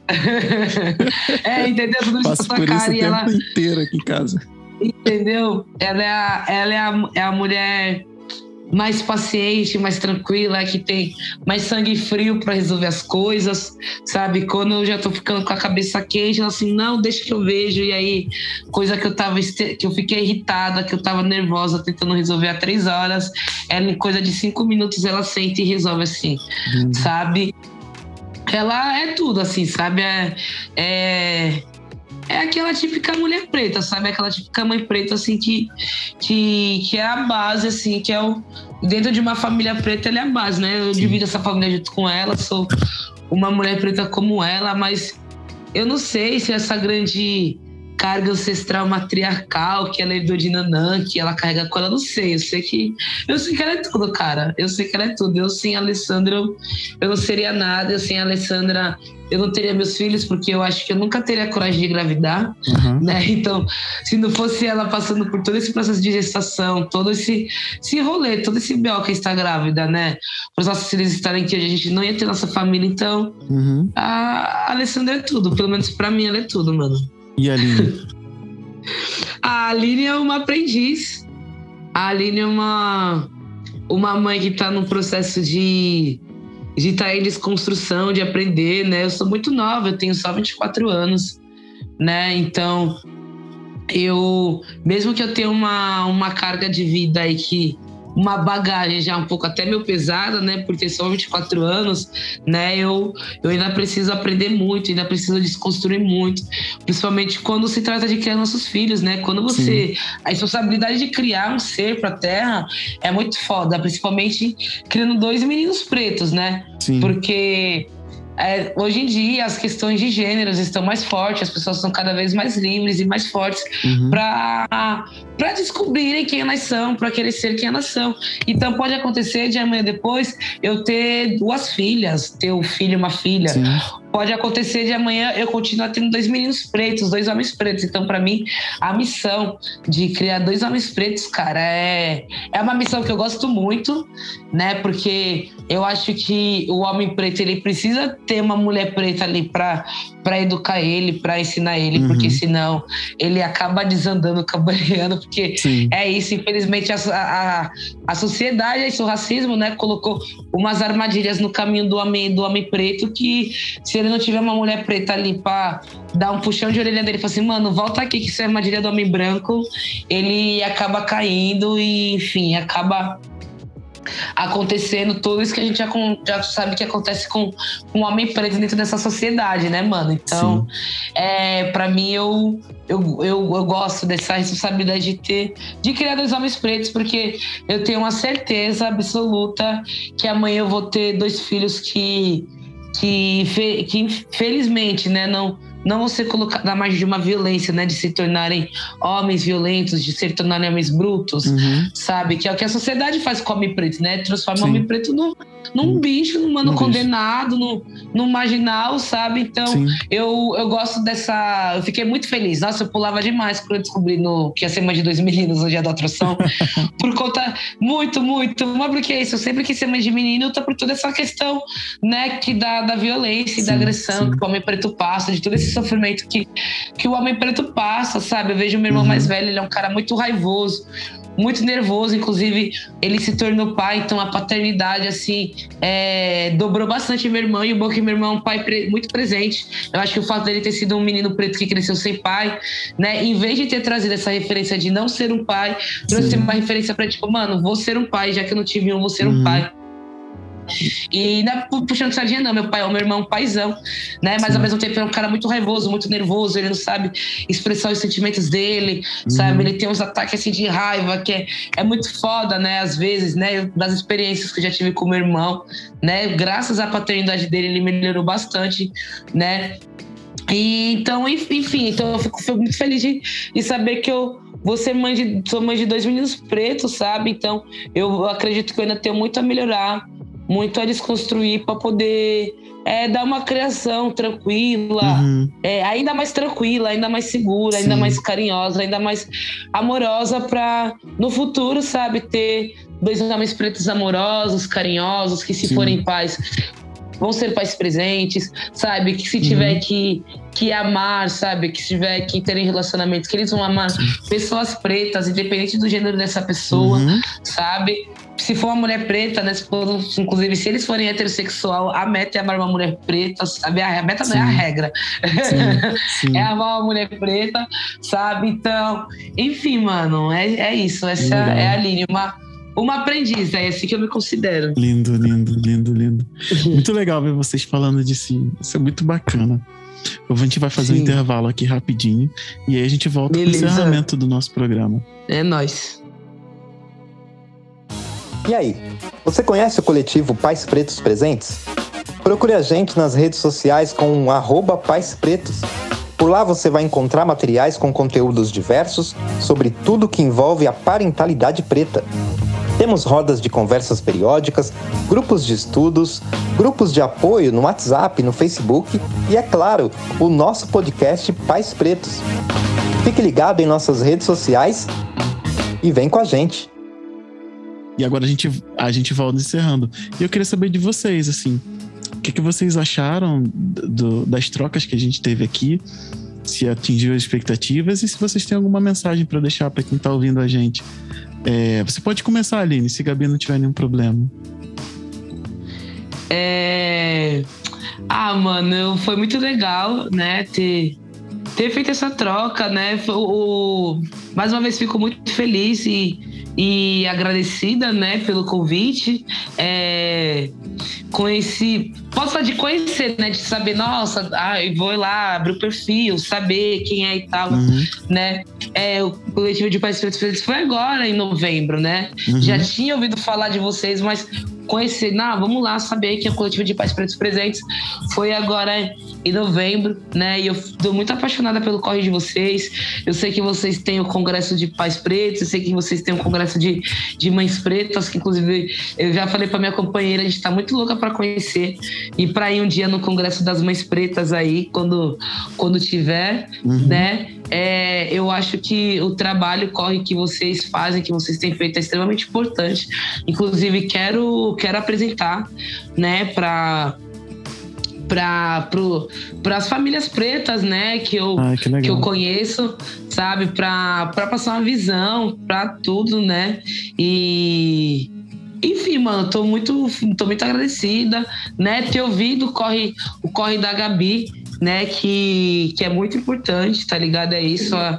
é entendeu? Tu não viu isso na tua cara. Passo por isso o tempo inteiro aqui em casa. Entendeu? Ela é a, ela é a, é a mulher mais paciente, mais tranquila, que tem mais sangue frio para resolver as coisas, sabe? Quando eu já tô ficando com a cabeça quente, ela assim, não, deixa que eu vejo. E aí, coisa que eu tava, que eu fiquei irritada, que eu tava nervosa, tentando resolver há três horas, ela em coisa de cinco minutos ela sente e resolve assim, hum. sabe? Ela é tudo assim, sabe? É, é, é aquela típica mulher preta, sabe? Aquela típica mãe preta, assim, que, que, que é a base, assim, que é o... Dentro de uma família preta, ela é a base, né? Eu Sim. divido essa família junto com ela, sou uma mulher preta como ela, mas eu não sei se essa grande carga ancestral matriarcal que ela herdou de Nanã, que ela carrega com ela, não sei. Eu sei que, eu sei que ela é tudo, cara. Eu sei que ela é tudo. Eu, sem a Alessandra, eu, eu não seria nada. Eu, sem a Alessandra, eu não teria meus filhos, porque eu acho que eu nunca teria coragem de engravidar, uhum. né? Então, se não fosse ela passando por todo esse processo de gestação, todo esse, esse rolê, todo esse B O que está grávida, né? Para os nossos filhos estarem aqui, a gente não ia ter nossa família. Então, uhum. a Alessandra é tudo. Pelo menos para mim, ela é tudo, mano. E a Aline? A Aline é uma aprendiz. A Aline é uma, uma mãe que está no processo de de estar em desconstrução, de aprender, né? Eu sou muito nova, eu tenho só vinte e quatro anos, né? Então, eu... Mesmo que eu tenha uma, uma carga de vida aí que... Uma bagagem já um pouco até meio pesada, né? Por ter só vinte e quatro anos, né? Eu, eu ainda preciso aprender muito, ainda preciso desconstruir muito. Principalmente quando se trata de criar nossos filhos, né? Quando você... Sim. A responsabilidade de criar um ser pra terra é muito foda. Principalmente criando dois meninos pretos, né? Sim. Porque... é, hoje em dia as questões de gêneros estão mais fortes, as pessoas são cada vez mais livres e mais fortes Uhum. para para descobrirem quem elas são, para querer ser quem elas são. Então pode acontecer de amanhã depois eu ter duas filhas, ter um filho e uma filha. Sim. Pode acontecer de amanhã eu continuar tendo dois meninos pretos, dois homens pretos. Então, para mim, a missão de criar dois homens pretos, cara, é, é uma missão que eu gosto muito, né? Porque eu acho que o homem preto, ele precisa ter uma mulher preta ali para para educar ele, para ensinar ele, Uhum. porque senão ele acaba desandando, cambaleando, porque Sim. é isso, infelizmente a, a, a sociedade, esse racismo, né, colocou umas armadilhas no caminho do homem, do homem preto, que se ele não tiver uma mulher preta ali para dar um puxão de orelha dele e falar assim, mano, volta aqui que isso é armadilha do homem branco, ele acaba caindo e, enfim, acaba acontecendo tudo isso que a gente já, já sabe que acontece com, com o homem preto dentro dessa sociedade, né, mano? Então, é, pra mim, eu, eu, eu, eu gosto dessa responsabilidade de ter, de criar dois homens pretos, porque eu tenho uma certeza absoluta que amanhã eu vou ter dois filhos que, que, que felizmente, né, não... não vão ser colocados na margem de uma violência, né? De se tornarem homens violentos, de se tornarem homens brutos, Uhum. sabe? Que é o que a sociedade faz com o homem preto, né? Transforma Sim. o homem preto num, num bicho, num mano Um condenado, num, num marginal, sabe? Então, eu, eu gosto dessa... Eu fiquei muito feliz. Nossa, eu pulava demais quando eu descobri no, que ia ser mãe de dois meninos no dia da atração. Por conta... Muito, muito. Mas porque é isso, eu sempre quis ser mãe de menino, tá por toda essa questão, né? Que da, da violência e da agressão sim. que o homem preto passa, de todo esse sofrimento que, que o homem preto passa, sabe? Eu vejo o meu irmão Uhum. mais velho, ele é um cara muito raivoso, muito nervoso, inclusive ele se tornou pai, então a paternidade, assim, é, dobrou bastante meu irmão, e o bom é que meu irmão é um pai pre- muito presente. Eu acho que o fato dele ter sido um menino preto que cresceu sem pai, né, em vez de ter trazido essa referência de não ser um pai, trouxe uma referência pra, tipo, mano, vou ser um pai, já que eu não tive um, vou ser Uhum. um pai. E não é puxando sardinha não, meu pai, o meu irmão é um paizão, né? Mas Sim. ao mesmo tempo é um cara muito raivoso, muito nervoso, ele não sabe expressar os sentimentos dele, Uhum. sabe? Ele tem uns ataques assim de raiva que é, é muito foda, né? Às vezes, né? Das experiências que eu já tive com meu irmão, né? Graças à paternidade dele, ele melhorou bastante, né? E então, enfim, então eu fico, fico muito feliz de, de saber que eu vou ser mãe de, sou mãe de dois meninos pretos, sabe? Então eu acredito que eu ainda tenho muito a melhorar, muito a desconstruir para poder é, dar uma criação tranquila, Uhum. é, ainda mais tranquila, ainda mais segura, Sim. ainda mais carinhosa, ainda mais amorosa para no futuro, sabe, ter dois homens pretos amorosos, carinhosos, que se Sim. forem pais vão ser pais presentes, sabe, que se tiver Uhum. que, que amar, sabe, que se tiver que terem relacionamentos, que eles vão amar Sim. pessoas pretas, independente do gênero dessa pessoa, Uhum. sabe? Se for uma mulher preta, né? Se for, inclusive, se eles forem heterossexual, a meta é amar uma mulher preta, sabe? A meta não é a Sim. regra. Sim, sim. É amar uma mulher preta, sabe? Então, enfim, mano, é, é isso. Essa Legal. é a Aline, uma, uma aprendiz, é assim que eu me considero. Lindo, lindo, lindo, lindo. Muito legal ver vocês falando de si. Isso é muito bacana. A gente vai fazer Sim. um intervalo aqui rapidinho e aí a gente volta Beleza. pro encerramento do nosso programa. É nóis. E aí, você conhece o coletivo Pais Pretos Presentes? Procure a gente nas redes sociais com o arroba Pais Pretos. Por lá você vai encontrar materiais com conteúdos diversos sobre tudo que envolve a parentalidade preta. Temos rodas de conversas periódicas, grupos de estudos, grupos de apoio no WhatsApp, no Facebook e, é claro, o nosso podcast Pais Pretos. Fique ligado em nossas redes sociais e vem com a gente. E agora a gente, a gente volta encerrando. E eu queria saber de vocês, assim, o que, que vocês acharam do, das trocas que a gente teve aqui, se atingiu as expectativas e se vocês têm alguma mensagem para deixar para quem está ouvindo a gente. É, você pode começar, Aline, se a Gabi não tiver nenhum problema. É... Ah, mano, foi muito legal, né, ter, ter feito essa troca, né? O... Mais uma vez fico muito feliz e, e agradecida, né, pelo convite. É... conheci, posso falar de conhecer, né? De saber, nossa, ah, eu vou lá, abrir o perfil, saber quem é e tal, uhum. né? É, o coletivo de Pais Pretos Presentes foi agora, em novembro, né? Uhum. Já tinha ouvido falar de vocês, mas conhecer, não, vamos lá saber que é o coletivo de Pais Pretos Presentes foi agora em novembro, né? E eu tô muito apaixonada pelo corre de vocês. Eu sei que vocês têm o Congresso de Pais Pretos, eu sei que vocês têm o Congresso de, de Mães Pretas, que inclusive eu já falei pra minha companheira, a gente tá muito louca pra conhecer e pra ir um dia no Congresso das Mães Pretas aí, quando, quando tiver, uhum. né? É, eu acho que o trabalho corre que vocês fazem, que vocês têm feito é extremamente importante. Inclusive, quero, quero apresentar, né, para para as famílias pretas, né, que eu, ah, que, que eu conheço, sabe, para passar uma visão para tudo, né, e... Enfim, mano, tô muito, tô muito agradecida, né, ter ouvido o corre, o corre da Gabi, né, que, que é muito importante, tá ligado? É isso. Ó.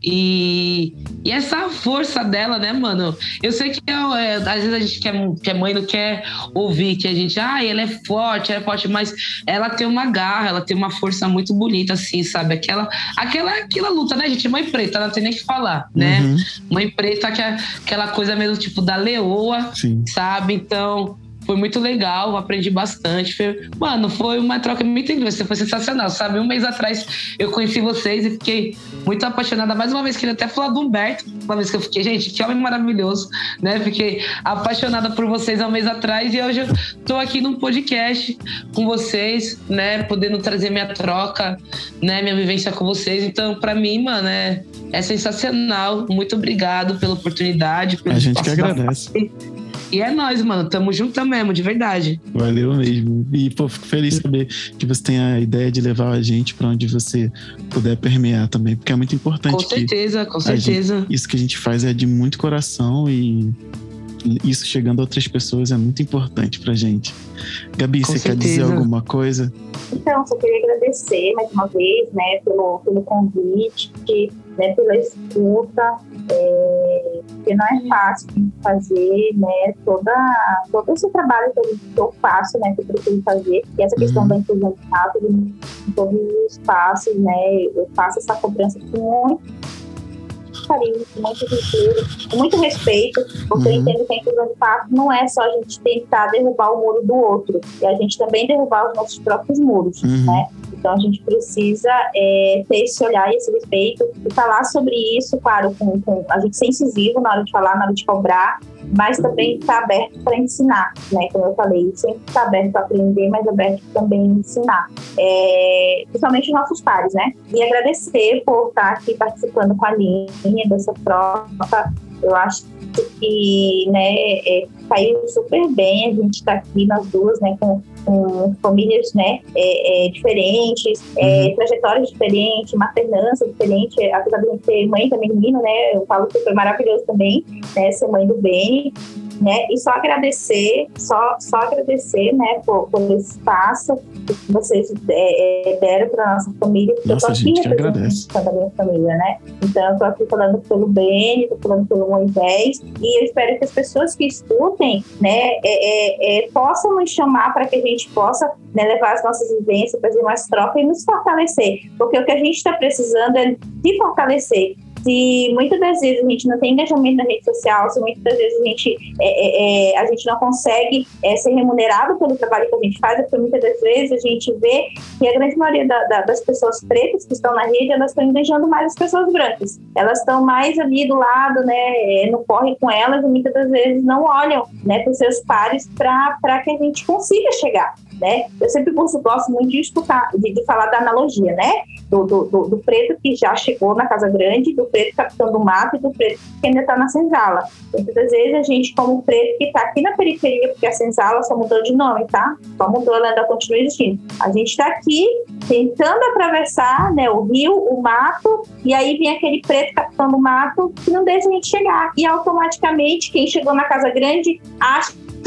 E, e essa força dela, né, mano? Eu sei que é, é, às vezes a gente que é, que é mãe não quer ouvir que a gente, ah, ela é forte, ela é forte, mas ela tem uma garra, ela tem uma força muito bonita, assim, sabe? Aquela, aquela, aquela luta, né, gente? Mãe preta, não tem nem o que falar, né? Uhum. Mãe preta, que é aquela coisa mesmo, tipo, da leoa, Sim. sabe? Então... Foi muito legal, aprendi bastante. Foi, mano, foi uma troca muito incrível, foi sensacional, sabe? Um mês atrás eu conheci vocês e fiquei muito apaixonada. Mais uma vez, queria até falar do Humberto, uma vez que eu fiquei, gente, que homem maravilhoso, né? Fiquei apaixonada por vocês há um mês atrás e hoje eu tô aqui num podcast com vocês, né? Podendo trazer minha troca, né? Minha vivência com vocês. Então, pra mim, mano, é, é sensacional. Muito obrigado pela oportunidade. Pelo A gente que agradece. E é nóis, mano. Tamo junto mesmo, de verdade. Valeu mesmo. E, pô, fico feliz de saber que você tem a ideia de levar a gente pra onde você puder permear também, porque é muito importante. Com certeza, com certeza. Gente, isso que a gente faz é de muito coração e isso chegando a outras pessoas é muito importante pra gente. Gabi, com você certeza. Quer dizer alguma coisa? Então, só queria agradecer mais uma vez, né, pelo, pelo convite, né, pela escuta, é, porque não é fácil fazer, né, toda, todo esse trabalho que eu, que eu faço, né, que eu preciso fazer, e essa questão uhum. da inclusão de fato em todos os espaços, né, eu faço essa cobrança com muito carinho, com muito respeito, com muito respeito, porque uhum. eu entendo que a inclusão de fato não é só a gente tentar derrubar o muro do outro, é a gente também derrubar os nossos próprios muros, uhum. né? Então a gente precisa é, ter esse olhar e esse respeito e falar sobre isso, claro, com, com a gente ser incisivo na hora de falar, na hora de cobrar, mas também estar aberto para ensinar, né? Como eu falei, sempre estar aberto para aprender, mas aberto também ensinar, é, principalmente os nossos pares, né? E agradecer por estar aqui participando com a linha dessa troca. Eu acho que, né, é, caiu super bem, a gente está aqui nós duas, né, com, com famílias, né, é, é, diferentes, é, uhum. trajetórias diferentes, maternância diferente, apesar de a gente ser mãe também menino, né, eu falo que foi maravilhoso também, né, ser mãe do Beni, né, e só agradecer, só, só agradecer, né, por, por esse espaço que vocês é, é, deram para nossa família, porque nossa, eu tô aqui representando a minha família, né, então eu tô aqui falando pelo Beni, tô falando pelo Moisés, e eu espero que as pessoas que escutem, né, é, é, é, possam nos chamar para que a gente possa, né, levar as nossas vivências, fazer mais troca e nos fortalecer, porque o que a gente está precisando é se fortalecer. Se muitas das vezes a gente não tem engajamento na rede social, se muitas das vezes a gente, é, é, a gente não consegue é, ser remunerado pelo trabalho que a gente faz, é porque muitas das vezes a gente vê que a grande maioria da, da, das pessoas pretas que estão na rede, elas estão engajando mais as pessoas brancas. Elas estão mais ali do lado, né, no corre com elas, e muitas das vezes não olham, né, para os seus pares para que a gente consiga chegar. Né? Eu sempre gosto, gosto muito de escutar, de, de falar da analogia, né? Do, do, do, do preto que já chegou na Casa Grande, do preto capitão do mato e do preto que ainda está na senzala. Muitas vezes a gente, como preto que está aqui na periferia, porque a senzala só mudou de nome, tá? Só mudou, ela ainda continua existindo. A gente está aqui tentando atravessar, né, o rio, o mato, e aí vem aquele preto capitão do mato que não deixa a gente chegar. E automaticamente quem chegou na Casa Grande acha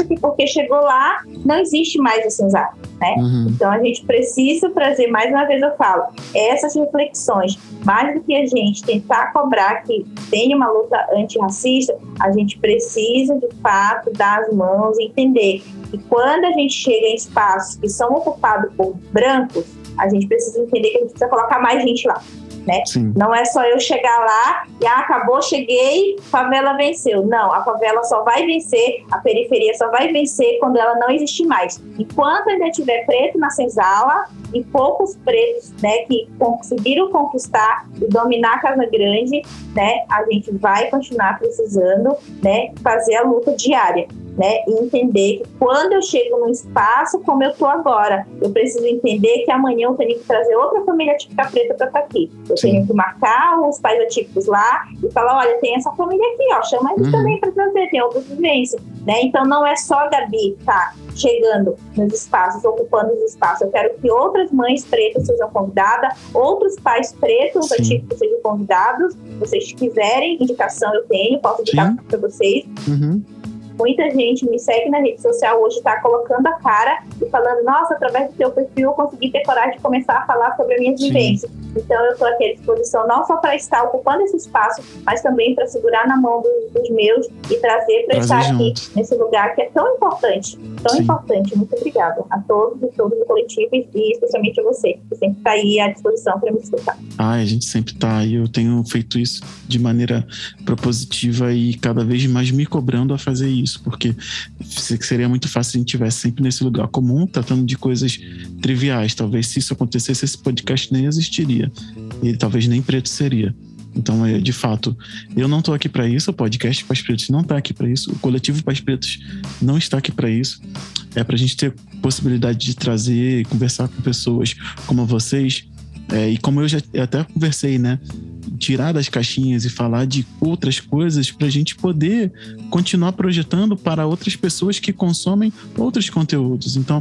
que porque chegou lá, não existe mais a senzala, né? Uhum. Então a gente precisa trazer, mais uma vez eu falo, essas reflexões, mais do que a gente tentar cobrar que tenha uma luta antirracista, a gente precisa de fato dar as mãos e entender que quando a gente chega em espaços que são ocupados por brancos, a gente precisa entender que a gente precisa colocar mais gente lá. Né? Não é só eu chegar lá e ah, acabou, cheguei, favela venceu. Não, a favela só vai vencer, a periferia só vai vencer quando ela não existir mais. Enquanto ainda tiver preto na senzala e poucos pretos, né, que conseguiram conquistar e dominar a Casa Grande, né, a gente vai continuar precisando, né, fazer a luta diária. Né, e entender que quando eu chego num espaço como eu estou agora, eu preciso entender que amanhã eu tenho que trazer outra família típica preta para estar aqui. Eu Sim. tenho que marcar os pais atípicos lá e falar, olha, tem essa família aqui, ó, chama eles uhum. também para trazer, tem outra vivência. Né? Então não é só a Gabi tá chegando nos espaços, ocupando os espaços. Eu quero que outras mães pretas sejam convidadas, outros pais pretos Sim. atípicos sejam convidados. Se vocês quiserem indicação, eu tenho, posso indicar para vocês. Uhum. Muita gente me segue na rede social hoje, está colocando a cara e falando, nossa, através do teu perfil eu consegui ter coragem de começar a falar sobre as minhas Sim. vivências. Então eu estou aqui à disposição não só para estar ocupando esse espaço, mas também para segurar na mão dos, dos meus e trazer para estar aqui nesse lugar que é tão importante, tão Sim. importante. Muito obrigada a todos e todos do coletivo e especialmente a você, que sempre está aí à disposição para me escutar. Ah, a gente sempre está aí. Eu tenho feito isso de maneira propositiva e cada vez mais me cobrando a fazer isso. Isso, porque seria muito fácil se a gente estivesse sempre nesse lugar comum, tratando de coisas triviais. Talvez se isso acontecesse, esse podcast nem existiria. E talvez nem preto seria. Então, é, de fato, eu não estou aqui para isso, o podcast Pais Pretos não está aqui para isso, o coletivo Pais Pretos não está aqui para isso. É para a gente ter possibilidade de trazer e conversar com pessoas como vocês. É, e como eu já até conversei, né? Tirar das caixinhas e falar de outras coisas para a gente poder continuar projetando para outras pessoas que consomem outros conteúdos. Então,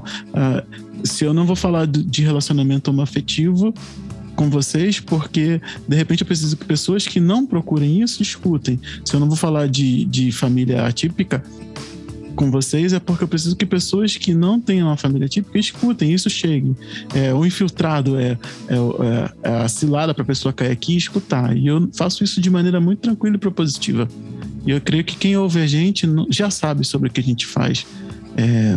uh, se eu não vou falar de relacionamento homoafetivo com vocês, porque de repente eu preciso que pessoas que não procurem isso escutem. Se eu não vou falar de, de família atípica com vocês, é porque eu preciso que pessoas que não tenham uma família típica escutem, isso chegue. É, o infiltrado é, é, é, é a cilada para a pessoa cair aqui e escutar. E eu faço isso de maneira muito tranquila e propositiva. E eu creio que quem ouve a gente já sabe sobre o que a gente faz. É,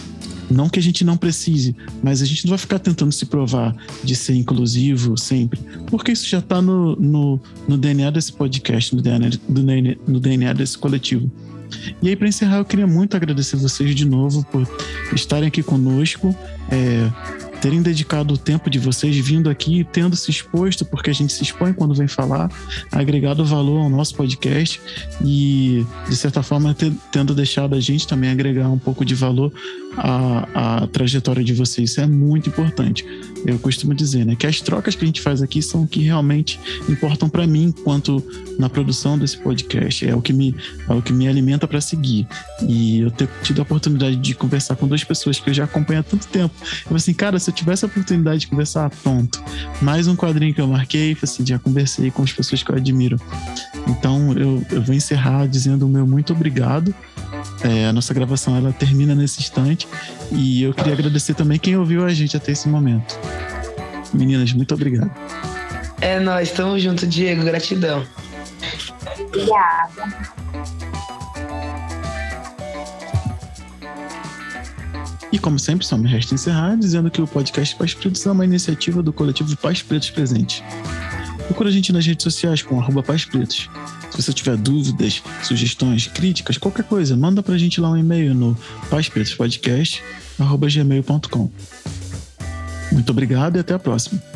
não que a gente não precise, mas a gente não vai ficar tentando se provar de ser inclusivo sempre, porque isso já está no, no, no D N A desse podcast, no D N A, no D N A desse coletivo. E aí, para encerrar, eu queria muito agradecer vocês de novo por estarem aqui conosco, é, terem dedicado o tempo de vocês vindo aqui, tendo se exposto, porque a gente se expõe quando vem falar, agregado valor ao nosso podcast e, de certa forma, ter, tendo deixado a gente também agregar um pouco de valor à, à trajetória de vocês. Isso é muito importante. Eu costumo dizer, né, que as trocas que a gente faz aqui são o que realmente importam para mim, enquanto na produção desse podcast. É o que me, é o que me alimenta para seguir. E eu ter tido a oportunidade de conversar com duas pessoas que eu já acompanho há tanto tempo. Eu falei assim, cara, se eu tivesse a oportunidade de conversar, pronto. Mais um quadrinho que eu marquei, assim, já conversei com as pessoas que eu admiro. Então, eu, eu vou encerrar dizendo o meu muito obrigado. É, a nossa gravação, ela termina nesse instante. E eu queria agradecer também quem ouviu a gente até esse momento. Meninas, muito obrigado. É nóis, tamo junto, Diego, gratidão. Obrigada. E como sempre, só me resta encerrar dizendo que o podcast Pais Pretos é uma iniciativa do coletivo Pais Pretos Presentes. Procura a gente nas redes sociais com arroba Pais Pretos. Se você tiver dúvidas, sugestões, críticas, qualquer coisa, manda pra gente lá um e-mail no paispretospodcast arroba gmail ponto com. Muito obrigado e até a próxima.